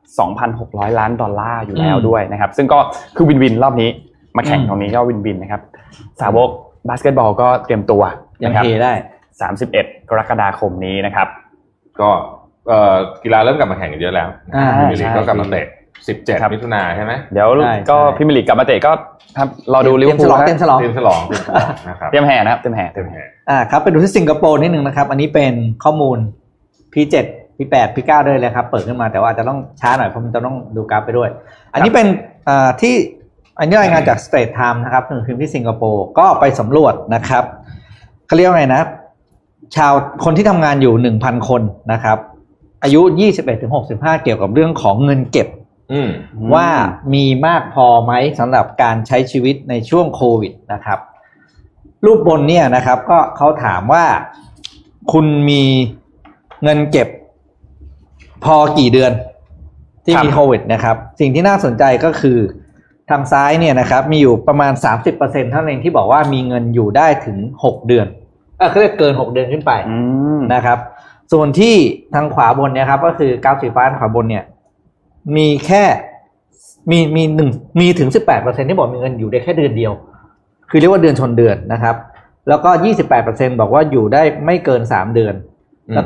$2,600 ล้านอยู่แล้วด้วยนะครับซึ่งก็คือวินวินรอบนี้มาแข่งตรงนี้ก็วินวินนะครับสาวกบาสเกตบอลก็เตรียมตัว
นะครับ
ได้31กรกฎาคมนี้นะครับ
ก็กีฬาเริ่มกลับมาแข่งกันเยอะแล้วพรีเมียร์ลีกก็กลับมาเตะ17มิถุนายนใช่ไหม
เดี๋ยวก็พรีเมียร์ลีกกลับมาเตะก็ครับรอดูลิเวอร์พูล
เต็มฉลอง
นะครับ
เต็มแห่นะครับเต็มแห่
ครับไปดูที่สิงคโปร์นิดนึงนะครับอันนี้เป็นข้อมูล P7 P8 P9 ด้วยเลยครับเปิดขึ้นมาแต่ว่าอาจจะต้องช้าหน่อยเพราะมันจะต้องดูกราฟไปด้วยอันนี้เป็นที่อันนี้รายงานจาก Straits Times นะครับหนังสือพิมพ์ที่สิงคโปร์ก็ไปสำรวจนะครับเขาเรียกว่าไงนะคนที่ทำงานอยู่ 1,000 คนนะครับอายุ 21-65 เกี่ยวกับเรื่องของเงินเก็บว่ามีมากพอไหมสำหรับการใช้ชีวิตในช่วงโควิดนะครับรูปบนเนี่ยนะครับก็เขาถามว่าคุณมีเงินเก็บพอกี่เดือนที่มีโควิดนะครับสิ่งที่น่าสนใจก็คือทางซ้ายเนี่ยนะครับมีอยู่ประมาณ 30% เท่านั้นเองที่บอกว่ามีเงินอยู่ได้ถึง6เดือนเขาเรียกเกิน6เดือนขึ้นไปนะครับส่วนที่ทางขวาบนเนี่ยครับก็คือกราฟสีฟ้าขวาบนเนี่ยมีแค่มีถึง 18% ที่บอกมีเงินอยู่ได้แค่เดือนเดียวคือเรียกว่าเดือนชนเดือนนะครับแล้วก็ 28% บอกว่าอยู่ได้ไม่เกิน3เดือนแล้วก็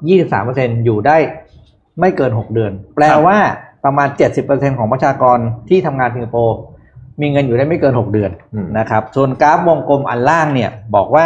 23% อยู่ได้ไม่เกิน6เดือนแปลว่าประมาณ 70% ของประชากรที่ทำงานสิงคโปร์มีเงินอยู่ได้ไม่เกิน6เดือนนะครับส่วนกราฟวงกลมอันล่างเนี่ยบอกว่า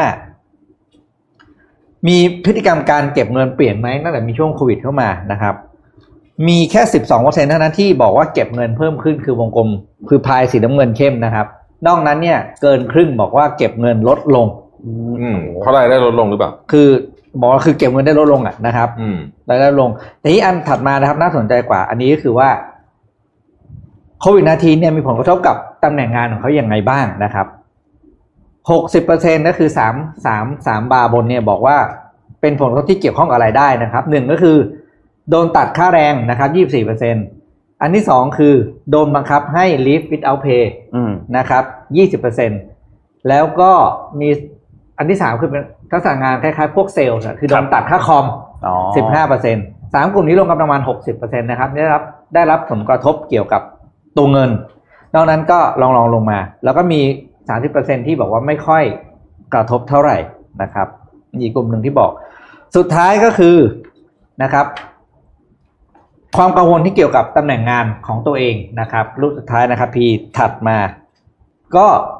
มีพฤติกรรมการเก็บเงินเปลี่ยนไหมตั้งแต่มีช่วงโควิดเข้ามานะครับมีแค่ 12% เท่านั้นที่บอกว่าเก็บเงินเพิ่มขึ้นคือวงกลมคือพายสีน้ำเงินเข้มนะครับนอกนั้นเนี่ยเกินครึ่งบอกว่าเก็บเงินลดลง
เพราะรายได้ลดลงหรือเปล่า
คือบอกว่าคือเก็บเงินได้ลดลงนะครับรายได้ลดลงแต่ที่อันถัดมานะครับน่าสนใจกว่าอันนี้ก็คือว่าโควิด-19 เนี่ยมีผลกระทบกับตำแหน่งงานของเขาอย่างไรบ้างนะครับ 60% ก็คือ3บาร์บนเนี่ยบอกว่าเป็นผลกระทบที่เกี่ยวข้องกับรายได้นะครับ1ก็คือโดนตัดค่าแรงนะครับ 24% อันที่2คือโดนบังคับให้ leave without pay นะครับ 20% แล้วก็มีอันที่3คือเป็นทักษะงานคล้ายๆพวกเซลล์คือโดนตัดค่าคอม 15% 3กลุ่มนี้รวมกันประมาณ 60% นะครับได้รับผลกระทบเกี่ยวกับตัวเงินนอกนั้นก็ลองลงมาแล้วก็มี 30% ที่บอกว่าไม่ค่อยกระทบเท่าไหร่นะครับอีกกลุ่มหนึ่งที่บอกสุดท้ายก็คือนะครับความกังวลที่เกี่ยวกับตำแหน่งงานของตัวเองนะครับรูปสุดท้ายนะครับพีถัดมาก็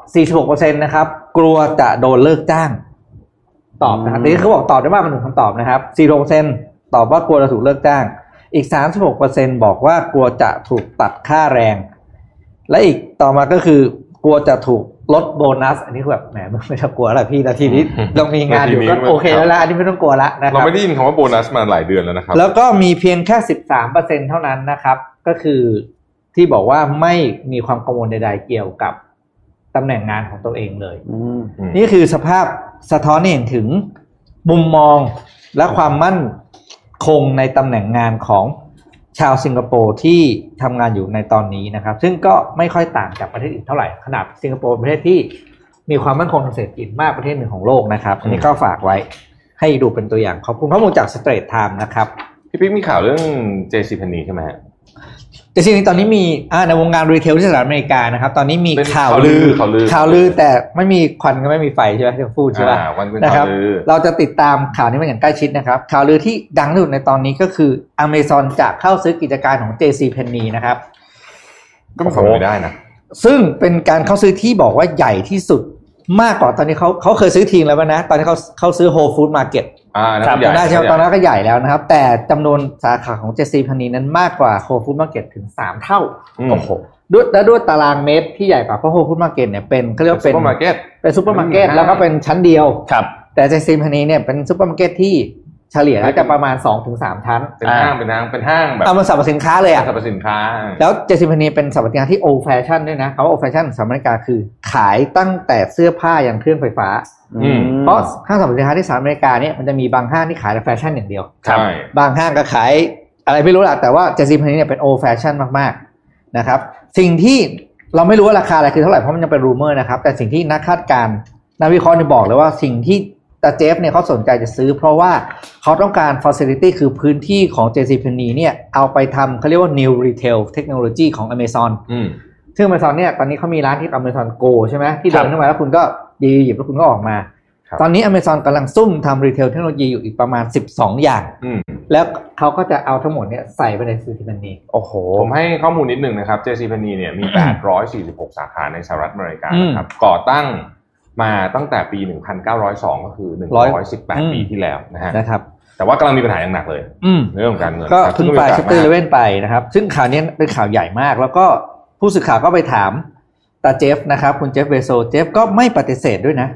46% นะครับกลัวจะโดนเลิกจ้างตอบนะครับนี่เขาบอกตอบได้มากกว่า1คำตอบนะครับ 46% ตอบว่ากลัวจะถูกเลิกจ้างอีก 36% บอกว่ากลัวจะถูกตัดค่าแรงและอีกต่อมาก็คือกลัวจะถูกลดโบนัสอันนี้คือแบบแหมไม่ต้องกลัวแล้วพี่นาทีนี้ต้องมีงานอยู่ก็โอเคแล้วล่ะอันนี้ไม่ต้องกลัวละนะครับ
เราไม่ได้ยินคำว่าโบนัสมาหลายเดือนแล้วนะครับ
แล้วก็มีเพียงแค่ 13% เท่านั้นนะครับก็คือที่บอกว่าไม่มีความกังวลใดๆเกี่ยวกับตำแหน่งงานของตัวเองเลยนี่คือสภาพสะท้อนให้เห็นถึงมุมมองและความมั่นคงในตำแหน่งงานของชาวสิงคโปร์ที่ทำงานอยู่ในตอนนี้นะครับซึ่งก็ไม่ค่อยต่างจากประเทศอื่นเท่าไหร่ขนาดสิงคโปร์เป็นประเทศที่มีความมั่นคงทางเศรษฐกิจมากประเทศหนึ่งของโลกนะครับอันนี้ก็ฝากไว้ให้ดูเป็นตัวอย่างขอบคุณข้อมูลจาก Straits Times นะครับ
พี่ปิ๊กมีข่าวเรื่อง JCPenney ใช่ไหมฮะ
JCPenney ตอนนี้มีในวงการรีเทลที่สหรัฐอเมริกานะครับตอนนี้มีข่าวลือแต่ไม่มีควันก็ไม่มีไฟใช่ไหมที่พูดใช่ไหมนะครับเราจะติดตามข่าวนี้มาอย่างใกล้ชิดนะครับข่าวลือที่ดังที่สุดในตอนนี้ก็คือ Amazon จะเข้าซื้อกิจการของ JCPenney นะครับ
ก็ไม่ได้นะ
ซึ่งเป็นการเข้าซื้อที่บอกว่าใหญ่ที่สุดมากกว่าตอนนี้เขาเคยซื้อทีมแล้วนะตอนนี้เขาซื้อ Whole Food Market
ครับ
ได้ใช่ตอนนั้นก็ใหญ่แล้วนะครับแต่จำนวนสาขาของ JCPenney นั้นมากกว่า Whole Food Market ถึง3เท่าโอ้โหด้วยตารางเมตรที่ใหญ่กว่าเพราะ Whole Food Market เนี่ยเป็นเขาเรียกว่าเป็นซุปเปอร์มาร์เก็ตแล้วก็เป็นชั้นเดียวแต่ JCPenney เนี่ยเป็นซุปเปอร์มาร์เก็ตที่เฉลี่ยแล้วจะประมาณ 2-3 ชั้น
เป็นห้างแบบ
เอามาสรรพสินค้าเลยอ่ะ
สรรพสินค้า
แล้ว JCPenney เป็นสรรพสินค้าที่ old fashion ด้วยนะคำว่า old fashion สหรัฐอเมริกาคือขายตั้งแต่เสื้อผ้ายันเครื่องไฟฟ้าเพราะห้างสรรพสินค้าที่สหรัฐอเมริกาเนี่ยมันจะมีบางห้างที่ขายแต่แฟชั่นอย่างเดียวบางห้างก็ขายอะไรไม่รู้ล่ะแต่ว่า JCPenney เนี่ยเป็น old fashion มากๆนะครับสิ่งที่เราไม่รู้ว่าราคาอะไรคือเท่าไหร่เพราะมันยังเป็น rumor นะครับแต่สิ่งที่นักคาดการณ์นักวิเคราะห์เนี่ยบอกเลยว่าสิ่งที่แต่เจฟเนี่ยเขาสนใจจะซื้อเพราะว่าเขาต้องการ facility คือพื้นที่ของ JCPenney เนี่ยเอาไปทำเขาเรียกว่า new retail technology ของ Amazon ซึ่ง Amazon เนี่ยตอนนี้เขามีร้านที่ Amazon Go ใช่ไหมที่เดินเข้ามาแล้วคุณก็หยิบแล้วคุณก็ออกมาตอนนี้ Amazon กำลังซุ่มทำ retail technology อยู่อีกประมาณ12อย่างแล้วเขาก็จะเอาทั้งหมดเนี่ยใส่ไปใน JCPenney
โอ้โหผมให้ข้อมูลนิดนึงนะครับ JCPenney เนี่ยมี846สาขาในสหรัฐอเมริกานะครับก่อตั้งมาตั้งแต่ปี1902ก็คือ118ปีที่แล้ว
นะครับ
แต่ว่ากำลังมีปัญหาอย่างหนักเลยเรื่องของการเงิน
ก็เพิ่งไปชัปเตอร์11ไปนะครับซึ่งข่าวนี้เป็นข่าวใหญ่มากแล้วก็ผู้สื่อข่าวก็ไปถามตาเจฟนะครับคุณเจฟเบโซเจฟก็ไม่ปฏิเสธด้วยนะ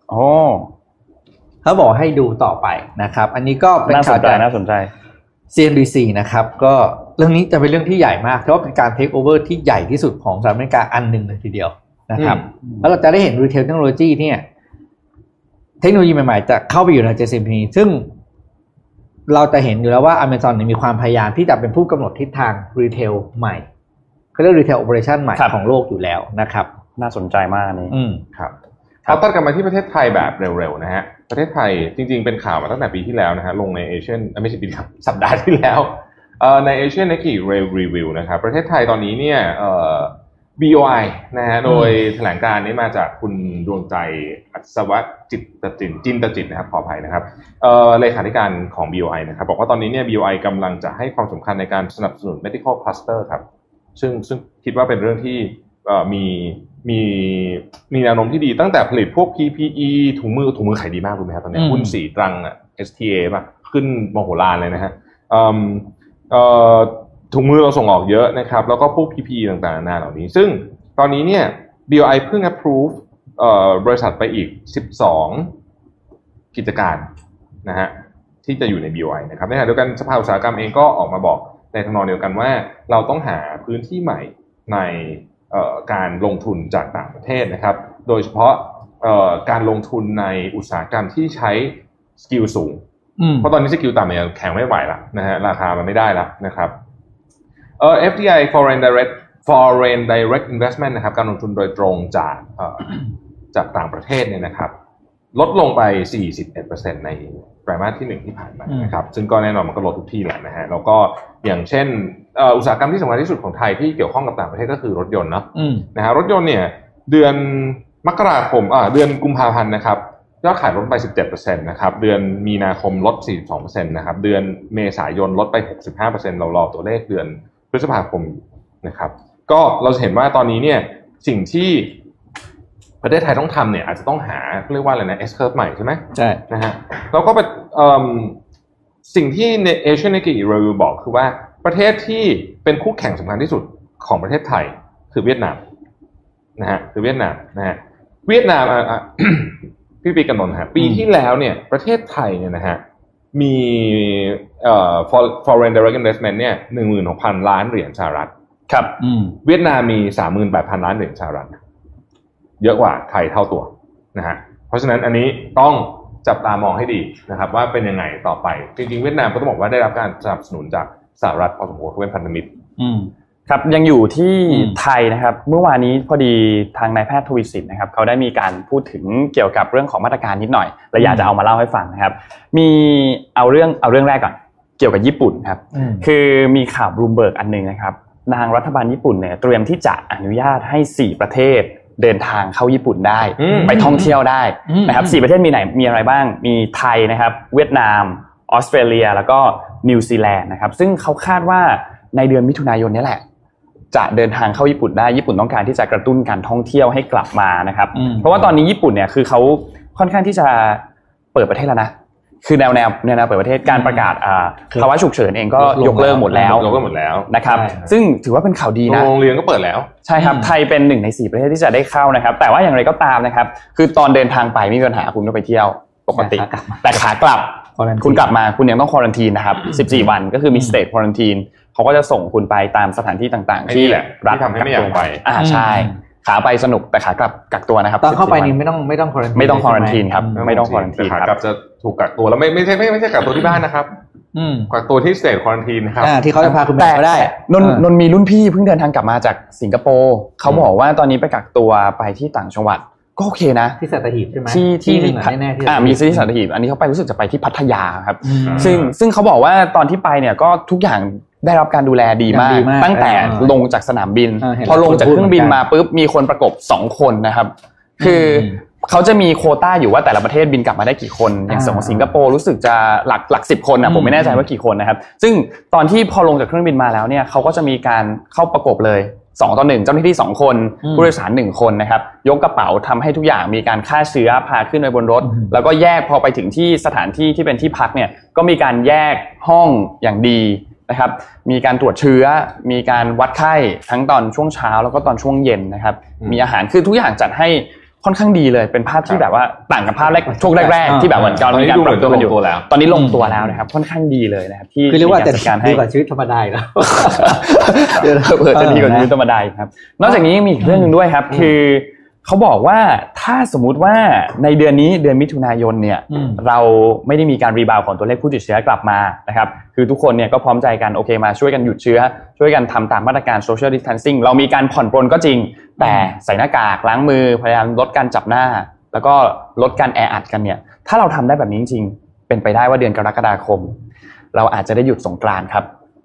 เขาบอกให้ดูต่อไปนะครับอันนี้ก็เป็นข่าว
น่าสนใจ
CNBC นะครับก็เรื่องนี้จะเป็นเรื่องที่ใหญ่มากเพราะว่าเป็นการเทคโอเวอร์ที่ใหญ่ที่สุดของสหรัฐอเมริกาอันนึงเลยทีเดียวนะครับแล้วเราจะได้เห็น Retail Technology เนี่ยเทคโนโลยีใหม่ๆจะเข้าไปอยู่ใน JCPenney ซึ่งเราจะเห็นอยู่แล้วว่า Amazon มีความพยายามที่จะเป็นผู้กำหนดทิศทาง Retail ใหม่เขาเรียก Retail Operation ใหม่ของโลกอยู่แล้วนะครับ
น่าสนใจมากนี่
ครับเอาตัดกลับมาที่ประเทศไทยแบบเร็วๆนะฮะประเทศไทยจริงๆเป็นข่าวมาตั้งแต่ปีที่แล้วนะฮะลงใน Asian ไม่ใช่ปีครับสัปดาห์ที่แล้วใน Asian Nikkei Rail Review นะครับประเทศไทยตอนนี้เนี่ยBOI นะฮะโดยแถลงการนี้มาจากคุณดวงใจอัศวจิตจิตนะครับขออภัยนะครับเลขาธิการของ BOI นะครับบอกว่าตอนนี้เนี่ย BOI กำลังจะให้ความสำคัญในการสนับสนุน medical cluster ครับซึ่งคิดว่าเป็นเรื่องที่มีแนวโน้มที่ดีตั้งแต่ผลิตพวก PPE ถุงมือขายดีมากรู้ไหมครับตอนนี้หุ้น4ตรังSTA ป่ะขึ้นมโหฬารเลยนะฮะถุงมือเราส่งออกเยอะนะครับแล้วก็พวก PPE ต่างๆนานาเหล่านี้ซึ่งตอนนี้เนี่ย BOI เพิ่ง approve บริษัทไปอีก12กิจการนะฮะที่จะอยู่ใน BOI นะครับในขณะเดียวกันสภาอุตสาหกรรมเองก็ออกมาบอกในทำนองเดียวกันว่าเราต้องหาพื้นที่ใหม่ในการลงทุนจากต่างประเทศนะครับโดยเฉพาะการลงทุนในอุตสาหกรรมที่ใช้สกิลสูงเพราะตอนนี้สกิลต่ำเนี่ยแข่งไม่ไหวละนะฮะราคามันไม่ได้ละนะครับFDI Foreign Direct Investment นะครับการลงทุนโดยตรงจากต่างประเทศเนี่ยนะครับลดลงไป 41% ในไตรมาสที่1ที่ผ่านมานะครับซึ่งก็แน่นอนมันก็ลดทุกที่แหละนะฮะแล้วก็อย่างเช่นอุตสาหกรรมที่สำคัญที่สุดของไทยที่เกี่ยวข้องกับต่างประเทศก็คือรถยนต์เนาะนะฮะรถยนต์เนี่ยเดือนมกราคมเดือนกุมภาพันธ์นะครับยยอดขายลดไป 17% นะครับเดือนมีนาคมลด 42% นะครับเดือนเมษายนลดไป 65% เรารอตัวเลขเดือนพฤษภาคมนะครับก็เราจะเห็นว่าตอนนี้เนี่ยสิ่งที่ประเทศไทยต้องทำเนี่ยอาจจะต้องหาเรียกว่าอะไรนะ S curve ใหม่ใช่ไหมใช่นะฮะแล้วก็เป็นสิ่งที่ใน Asian Nikkei Review บอกคือว่าประเทศที่เป็นคู่แข่งสำคัญที่สุดของประเทศไทยคือเวียดนามนะฮะคือเวียดนามนะฮะเวียดนามพี่ปีกันนนท์ฮะปีที่แล้วเนี่ยประเทศไทยเนี่ยนะฮะมีforeign direct investment เนี่ย 16,000 ล้านเหรียญสหรัฐ
ครับ
เวียดนามมี 38,000 ล้านเหรียญสหรัฐเยอะกว่าไทยเท่าตัวนะฮะเพราะฉะนั้นอันนี้ต้องจับตามองให้ดีนะครับว่าเป็นยังไงต่อไปจริงๆเวียดนามก็ต้องบอกว่าได้รับการสนับสนุนจากสหรัฐพอสมควรเป็นพันธมิตร
ครับยังอยู่ที่ไทยนะครับเมื่อวานนี้พอดีทางนายแพทย์ทวีสินนะครับเขาได้มีการพูดถึงเกี่ยวกับเรื่องของมาตรการนิดหน่อยและอยากจะเอามาเล่าให้ฟังนะครับมีเอาเรื่องแรกก่อนเกี่ยวกับญี่ปุ่นครับคือมีข่าวบลูมเบิร์กอันนึงนะครับทางรัฐบาลญี่ปุ่นเนี่ยเตรียมที่จะอนุญาตให้4ประเทศเดินทางเข้าญี่ปุ่นได้ไปท่องเที่ยวได้นะครับ4ประเทศมีอะไรบ้างมีไทยนะครับเวียดนามออสเตรเลียแล้วก็นิวซีแลนด์นะครับซึ่งเขาคาดว่าในเดือนมิถุนายนนี้แหละจะเดินทางเข้าญี่ปุ่นได้ญี่ปุ่นต้องการที่จะกระตุ้นการท่องเที่ยวให้กลับมานะครับเพราะว่าตอนนี้ญี่ปุ่นเนี่ยคือเขาค่อนข้างที่จะเปิดประเทศแล้วนะคือแนวเปิดประเทศการประกาศภาวะฉุกเฉินเองก็ยกเลิกหมดแล้วนะครับซึ่งถือว่าเป็นข่าวดีนะ
โรงเรียนก็เปิดแล้ว
ใช่ครับไทยเป็น1ใน4ประเทศที่จะได้เข้านะครับแต่ว่าอย่างไรก็ตามนะครับคือตอนเดินทางไปไม่มีปัญหาคุณก็ไปเที่ยวปกติแต่ขากลับคุณกลับมาคุณยังต้องควอรันทีนนะครับ14วันก็คือมีสเตทควอรันทีนเขาก็จะส่งคุณไปตามสถานที่ต่างๆที่
รัฐทำให้ไม่อยากไป
ใช่ขาไปสนุกแต่ขากลับกักตัวนะครับ
ตอนเข้าไปนี่ไม่ต้องควอรันทีน
ไม่ต้องควอรันทีนครับไม่ต้องควอรันทีน
ครับขากลับจะถูกกักตัวแล้วไม่ใช่กักตัวที่บ้านนะครับกักตัวที่สเตทควอรันทีนนะครับ
ที่เขาจะพาคุณไปก็ได้
นนมีรุ่นพี่เพิ่งเดินทางกลับมาจากสิงคโปร์เขาบอกว่าตอนนี้ไปกักตัวไปที่ต่างจังหวัดก็โอเคนะ
ที่สัตหีบใช่ไหม
ที่
แน่
ๆมีที่สัตหีบอันนี้เขาไปรู้สึกจะไปที่พัทยาครับซึ่งเขาบอกว่าตอนที่ไปเนี่ยก็ทุกอย่างได้รับการดูแลดีมากตั้งแต่ลงจากสนามบินพอลงจากเครื่องบินมาปุ๊บมีคนประกบ2คนนะครับคือเขาจะมีโควต้าอยู่ว่าแต่ละประเทศบินกลับมาได้กี่คนอย่างของสิงคโปร์รู้สึกจะหลัก10คนนะผมไม่แน่ใจว่ากี่คนนะครับซึ่งตอนที่พอลงจากเครื่องบินมาแล้วเนี่ยเขาก็จะมีการเข้าประกบเลย2 ต่อ 1เจ้าหน้าที่2คนผู้โดยสาร1คนนะครับยกกระเป๋าทำให้ทุกอย่างมีการฆ่าเชื้อพาขึ้นไปบนรถแล้วก็แยกพอไปถึงที่สถานที่ที่เป็นที่พักเนี่ยก็มีการแยกห้องอย่างดีนะครับมีการตรวจเชื้อมีการวัดไข้ทั้งตอนช่วงเช้าแล้วก็ตอนช่วงเย็นนะครับมีอาหารคือทุกอย่างจัดให้ค่อนข้างดีเลยเป็นภาพที่แบบว่าต่างกับภาพช่วงแรกๆที่แบบเหมือนกันมีการปรับตัวกันอยู่ตอนนี้ลงตัวแล้วนะครับค่อนข้างดีเลยนะครับที่
เรียกว่าจัดการให้ดีกว่าชีวิตธรรมดาแล้ว
เดี๋ยวเผื่อจะดีกว่าชีวิตธรรมดาครับนอกจากนี้ยังมีอีกเรื่องนึงด้วยครับคือเขาบอกว่าถ้าสมมุติว่าในเดือนนี้เดือนมิถุนายนเนี่ยเราไม่ได้มีการรีบาวของตัวเลขผู้ติดเชื้อกลับมานะครับคือทุกคนเนี่ยก็พร้อมใจกันโอเคมาช่วยกันหยุดเชื้อช่วยกันทำตามมาตรการ social distancing เรามีการผ่อนปรนก็จริงแต่ใส่หน้ากากล้างมือพยายามลดการจับหน้าแล้วก็ลดการแออัดกันเนี่ยถ้าเราทำได้แบบนี้จริงๆเป็นไปได้ว่าเดือนกรกฎาคมเราอาจจะได้หยุดสงกรานต์ครับ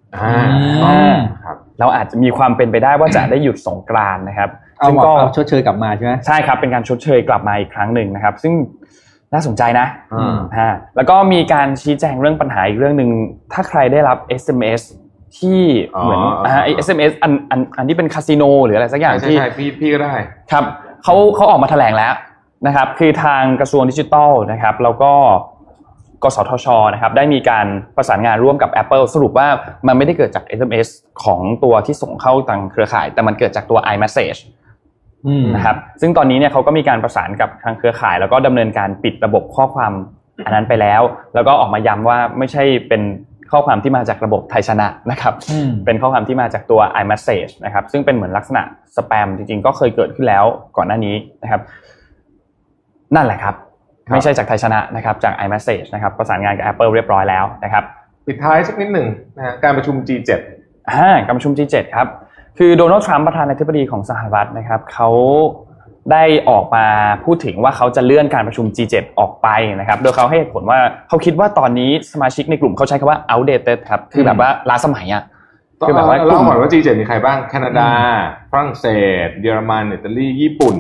เราอาจจะมีความเป็นไปได้ว่าจะได้หยุดสงกรานต์นะครับ
ซึ่งก็ชดเชยกลับมาใช่ไหม
ใช่ครับเป็นการชดเชยกลับมาอีกครั้งหนึ่งนะครับซึ่งน่าสนใจนะแล้วก็มีการชี้แจงเรื่องปัญหาอีกเรื่องนึงถ้าใครได้รับ SMS ที่เหมือนSMS อันที่เป็นคาสิโนหรืออะไรสักอย่างที่
พี่ก็ได้
ครับเขาออกมาแถลงแล้วนะครับคือทางกระทรวงดิจิทัลนะครับแล้วก็กสทช.นะครับได้มีการประสานงานร่วมกับ Apple สรุปว่ามันไม่ได้เกิดจาก SMS ของตัวที่ส่งเข้าทางเครือข่ายแต่มันเกิดจากตัว iMessage นะครับซึ่งตอนนี้เนี่ยเขาก็มีการประสานกับทางเครือข่ายแล้วก็ดำเนินการปิดระบบข้อความอันนั้นไปแล้วแล้วก็ออกมาย้ำว่าไม่ใช่เป็นข้อความที่มาจากระบบไทยชนะนะครับเป็นข้อความที่มาจากตัว iMessage นะครับซึ่งเป็นเหมือนลักษณะสแปมจริงๆก็เคยเกิดขึ้นแล้วก่อนหน้านี้นะครับนั่นแหละครับไม่ใช่จากไทยชนะนะครับจาก iMessage นะครับประสานงานกับ Apple เรียบร้อยแล้วนะครับ
ปิดท้ายสักนิดหนึ่งนะฮะการประชุม G7
การประชุม G7 ครับคือโดนัลด์ทรัมป์ประธานาธิบดีของสหรัฐนะครับเขาได้ออกมาพูดถึงว่าเขาจะเลื่อนการประชุม G7 ออกไปนะครับโดยเขาให้เหตุผลว่าเขาคิดว่าตอนนี้สมาชิกในกลุ่มเขาใช้คำว่า outdated ครับคือแบบว่าล้าสมัยอ่ะ
คือแบบว่าเราบอกว่า G7 มีใครบ้างแคนาดาฝรั่งเศสเยอรมันอิตาลีญี่ปุ่น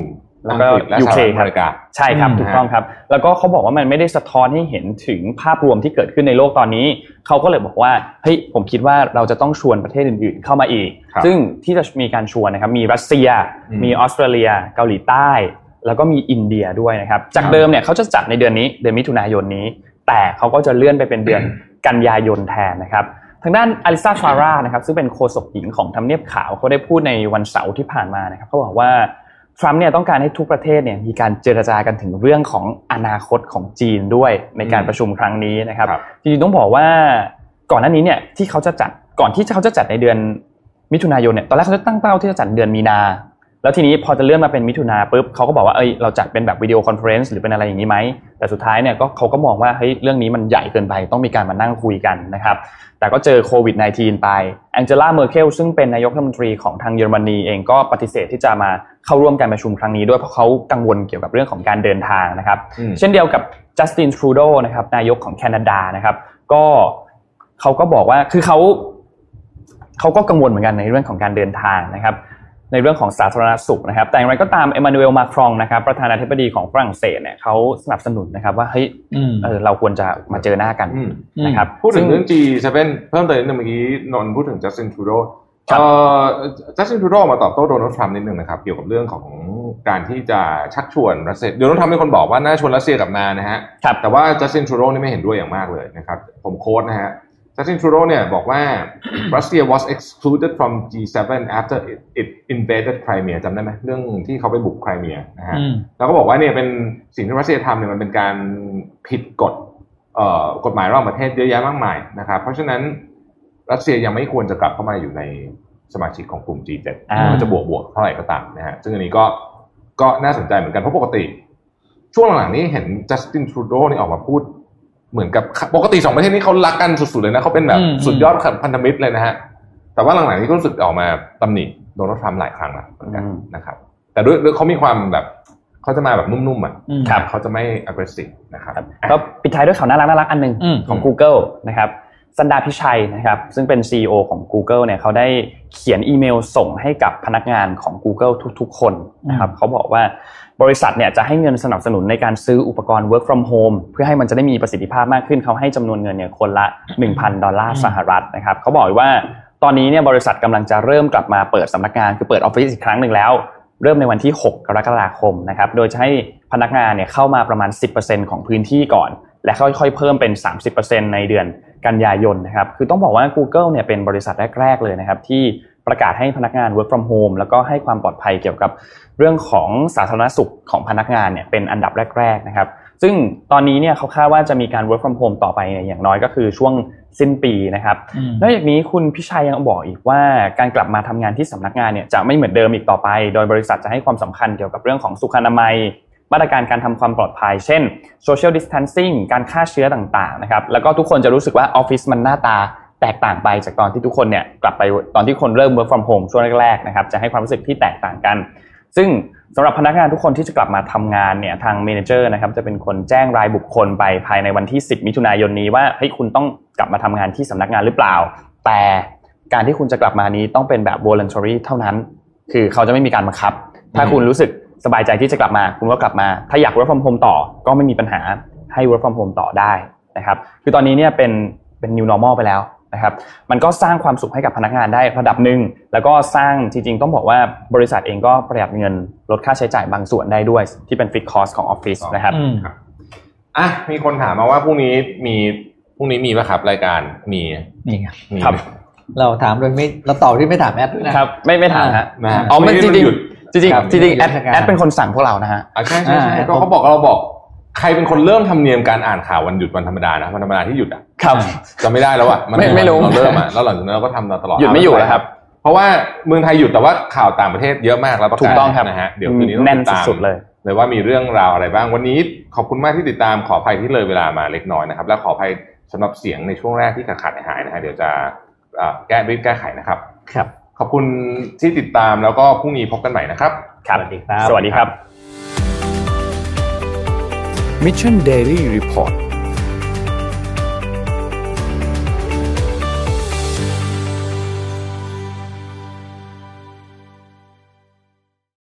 แล้วก็
UK
ครับใช่ครับถูกต้องครับแล้วก็เขาบอกว่ามันไม่ได้สะท้อนให้เห็นถึงภาพรวมที่เกิดขึ้นในโลกตอนนี้เขาก็เลยบอกว่าเฮ้ยผมคิดว่าเราจะต้องชวนประเทศอื่นๆเข้ามาอีกซึ่งที่จะมีการชวนนะครับมีรัสเซียมีออสเตรเลียเกาหลีใต้แล้วก็มีอินเดียด้วยนะครับจากเดิมเนี่ยเขาจะจัดในเดือนนี้เดือนมิถุนายนนี้แต่เขาก็จะเลื่อนไปเป็นเดือนกันยายนแทนนะครับทางด้านอลิซาฟารานะครับซึ่งเป็นโฆษกหญิงของทำเนียบขาวเขาได้พูดในวันเสาร์ที่ผ่านมานะครับเขาบอกว่าทรัมป์เนี่ยต้องการให้ทุกประเทศเนี่ยมีการเจรจากันถึงเรื่องของอนาคตของจีนด้วยในการประชุมครั้งนี้นะครับจริงๆต้องบอกว่าก่อนหน้านี้เนี่ยที่เขาจะจัดก่อนที่เขาจะจัดในเดือนมิถุนายนเนี่ยตอนแรกเขาจะตั้งเป้าที่จะจัดเดือนมีนาแล้วทีนี้พอจะเลื่อนมาเป็นมิถุนาปุ๊บเขาก็บอกว่าเราจัดเป็นแบบวิดีโอคอนเฟอเรนซ์หรือเป็นอะไรอย่างนี้ไหมแต่สุดท้ายเนี่ยก็เขาก็มองว่าเฮ้ยเรื่องนี้มันใหญ่เกินไปต้องมีการมานั่งคุยกันนะครับแต่ก็เจอโควิด -19 ไปแองเจล่าเมอร์เคลซึ่งเป็นนายกรัฐมนตรีของทางเยอรมนีเองก็ปฏิเสธที่จะมาเข้าร่วมการประชุมครั้งนี้ด้วยเพราะเขากังวลเกี่ยวกับเรื่องของการเดินทางนะครับเช่นเดียวกับจัสตินทรูโดนะครับนายกของแคนาดานะครับก็เขาก็บอกว่าคือเขาก็กังวลเหมือนกันในเรื่องของการเดินทางนะครับในเรื่องของสาธารณสุขนะครับแต่อย่างไรก็ตามเอมานูเอลมาครองนะครับประธานาธิบดีของฝรั่งเศสเนี่ยเขาสนับสนุนนะครับว่าเฮ้ยเราควรจะมาเจอหน้ากันนะครับ
พูดถึงเรื่อง G7 เพิ่มเติมนิดนึงเมื่อกี้นนท์พูดถึงจัสตินทรูโดจัสตินทรูโดมาตอบโต้โดนัลด์ทรัมป์นิดนึงนะครับเกี่ยวกับเรื่องของการที่จะชักชวนรัสเซียโดนัลด์ทรัมป์เป็นคนบอกว่าน่าชวนรัสเซียกลับมานะฮะแต่ว่าจัสตินทรูโดนี่ไม่เห็นด้วยอย่างมากเลยนะครับผมโค้ดนะฮะJustin Trudeau เนี่ยบอกว่า Russia was excluded from G7 after it invaded Crimea จำได้ไหมเรื่องที่เขาไปบุกไครเมียนะฮะแล้วก็บอกว่าเนี่ยเป็นสิ่งที่รัสเซียทำเนี่ยมันเป็นการผิดกฎหมายระหว่างประเทศเยอะแยะมากมายนะครับเพราะฉะนั้นรัสเซียยังไม่ควรจะกลับเข้ามาอยู่ในสมาชิกของกลุ่ม G7 มันจะบวกเท่าไหร่ก็ตามนะฮะซึ่งอันนี้ก็น่าสนใจเหมือนกันเพราะปกติช่วงหลังๆนี้เห็น Justin Trudeau นี่ออกมาพูดเหมือนกับปกติ2ประเทศนี้เขารักกันสุดๆเลยนะเขาเป็นแบบสุดยอดพันธมิตรเลยนะฮะแต่ว่าหลังๆนี้ก็รู้สึกออกมาตำหนิโดนัลด์ทรัมป์หลายครั้งแล้วเหมือนกันนะครับแต่ด้วยเขามีความแบบเขาจะมาแบบนุ่มๆอ่ะเขาจะไม่ aggressive นะครับ
ก็ปิดท้ายด้วยข่าวน่ารักอันนึงของ Google นะครับสันดาพิชัยนะครับซึ่งเป็น CEO ของ Google เนี่ยเขาได้เขียนอีเมลส่งให้กับพนักงานของ Google ทุกๆคนนะครับเขาบอกว่าบริษัทเนี่ยจะให้เงินสนับสนุนในการซื้ออุปกรณ์ work from home เพื่อให้มันจะได้มีประสิทธิภาพมากขึ้นเขาให้จำนวนเงินเนี่ยคนละ $1,000 สหรัฐนะครับเขาบอกว่าตอนนี้เนี่ยบริษัทกำลังจะเริ่มกลับมาเปิดสำนักงานคือเปิดออฟฟิศอีกครั้งนึงแล้วเริ่มในวันที่6 กรกฎาคมนะครับโดยจะให้พนักงานเนี่ยเข้ามาประมาณ 10% ของพื้นที่ก่อนและค่อยๆเพิ่มเป็น 30% ในเดือนกันยายนนะครับคือต้องบอกว่า Google เนี่ยเป็นบริษัทแรกๆเลยนะครับที่ประกาศให้พนักงาน work from home แล้วก็ให้ความปลอดภัยเกี่ยวกับเรื่องของสาธารณสุขของพนักงานเนี่ยเป็นอันดับแรกๆนะครับซึ่งตอนนี้เนี่ยเขาคาดว่าจะมีการ work from home ต่อไปเนี่ยอย่างน้อยก็คือช่วงสิ้นปีนะครับนอกจากนี้คุณพิชัยยังบอกอีกว่าการกลับมาทำงานที่สำนักงานเนี่ยจะไม่เหมือนเดิมอีกต่อไปโดยบริษัทจะให้ความสำคัญเกี่ยวกับเรื่องของสุขอนามัยมาตรการการทำความปลอดภัยเช่น social distancing การฆ่าเชื้อต่างๆนะครับแล้วก็ทุกคนจะรู้สึกว่าออฟฟิศมันหน้าตาแตกต่างไปจากตอนที่ทุกคนเนี่ยกลับไปตอนที่คนเริ่ม work from home ช่วงแรกๆนะครับจะให้ความรู้สึกที่แตกต่างกันซึ่งสำหรับพนักงานทุกคนที่จะกลับมาทำงานเนี่ยทางเมเนเจอร์นะครับจะเป็นคนแจ้งรายบุคคลไปภายในวันที่10 มิถุนายนนี้ว่าเฮ้ยคุณต้องกลับมาทำงานที่สำนักงานหรือเปล่าแต่การที่คุณจะกลับมานี้ต้องเป็นแบบ voluntary เท่านั้นคือเขาจะไม่มีการบังคับถ้าคุณรู้สึกสบายใจที่จะกลับมาคุณก็กลับมาถ้าอยาก work from home ต่อก็ไม่มีปัญหาให้ work from home ต่อได้นะครับคือตอนนี้เนี่ยเป็น new normal ไปแล้วนะครับมันก็สร้างความสุขให้กับพนักงานได้ระดับหนึ่งแล้วก็สร้างจริงๆต้องบอกว่าบริษัทเองก็ประหยัดเงินลดค่าใช้จ่ายบางส่วนได้ด้วยที่เป็น fixed cost ของออฟฟิศนะครับ
มีคนถามมาว่าพรุ่งนี้มีป่ะครับรายการมี
ครับเราถามโดยไม่เราตอบที่ไม่ถามแอดด้วยนะครับ
ไม่ถามฮะอ๋อมันจริงแอดเป็นคนสั่งพวกเรานะฮะ
ใช่ๆก็เขาบอกเราบอกใครเป็นคนเริ่มธรรมเนียมการอ่านข่าววันหยุดวันธรรมดานะวันธรรมดาที่หยุดอ่ะ
ครับ
จำไม่ได้แล้วอ่ะ
ไม่รู้
เราเริ่มอ่ะแล้วหลังจากนั้นเราก็ทำตลอด
หยุดไม่อยู่แล้วครับ
เพราะว่าเมืองไทยหยุดแต่ว่าข่าวต่างประเทศเยอะมากแล้ว
ถูกต้องครับ
นะฮะเดี๋ยวคืนนี้ต้องติดตาม
สุดเลย
ว่ามีเรื่องราวอะไรบ้างวันนี้ขอบคุณมากที่ติดตามขออภัยที่เลยเวลามาเล็กน้อยนะครับและขออภัยสำหรับเสียงในช่วงแรกที่ขาดหายนะฮะเดี๋ยวจะแก้ไขนะครับ
ครับ
ขอบคุณที่ติดตามแล้วก็พรุ่งนี้พบกันใหม่นะครับ
สวัสดีครับ
Mission Daily Report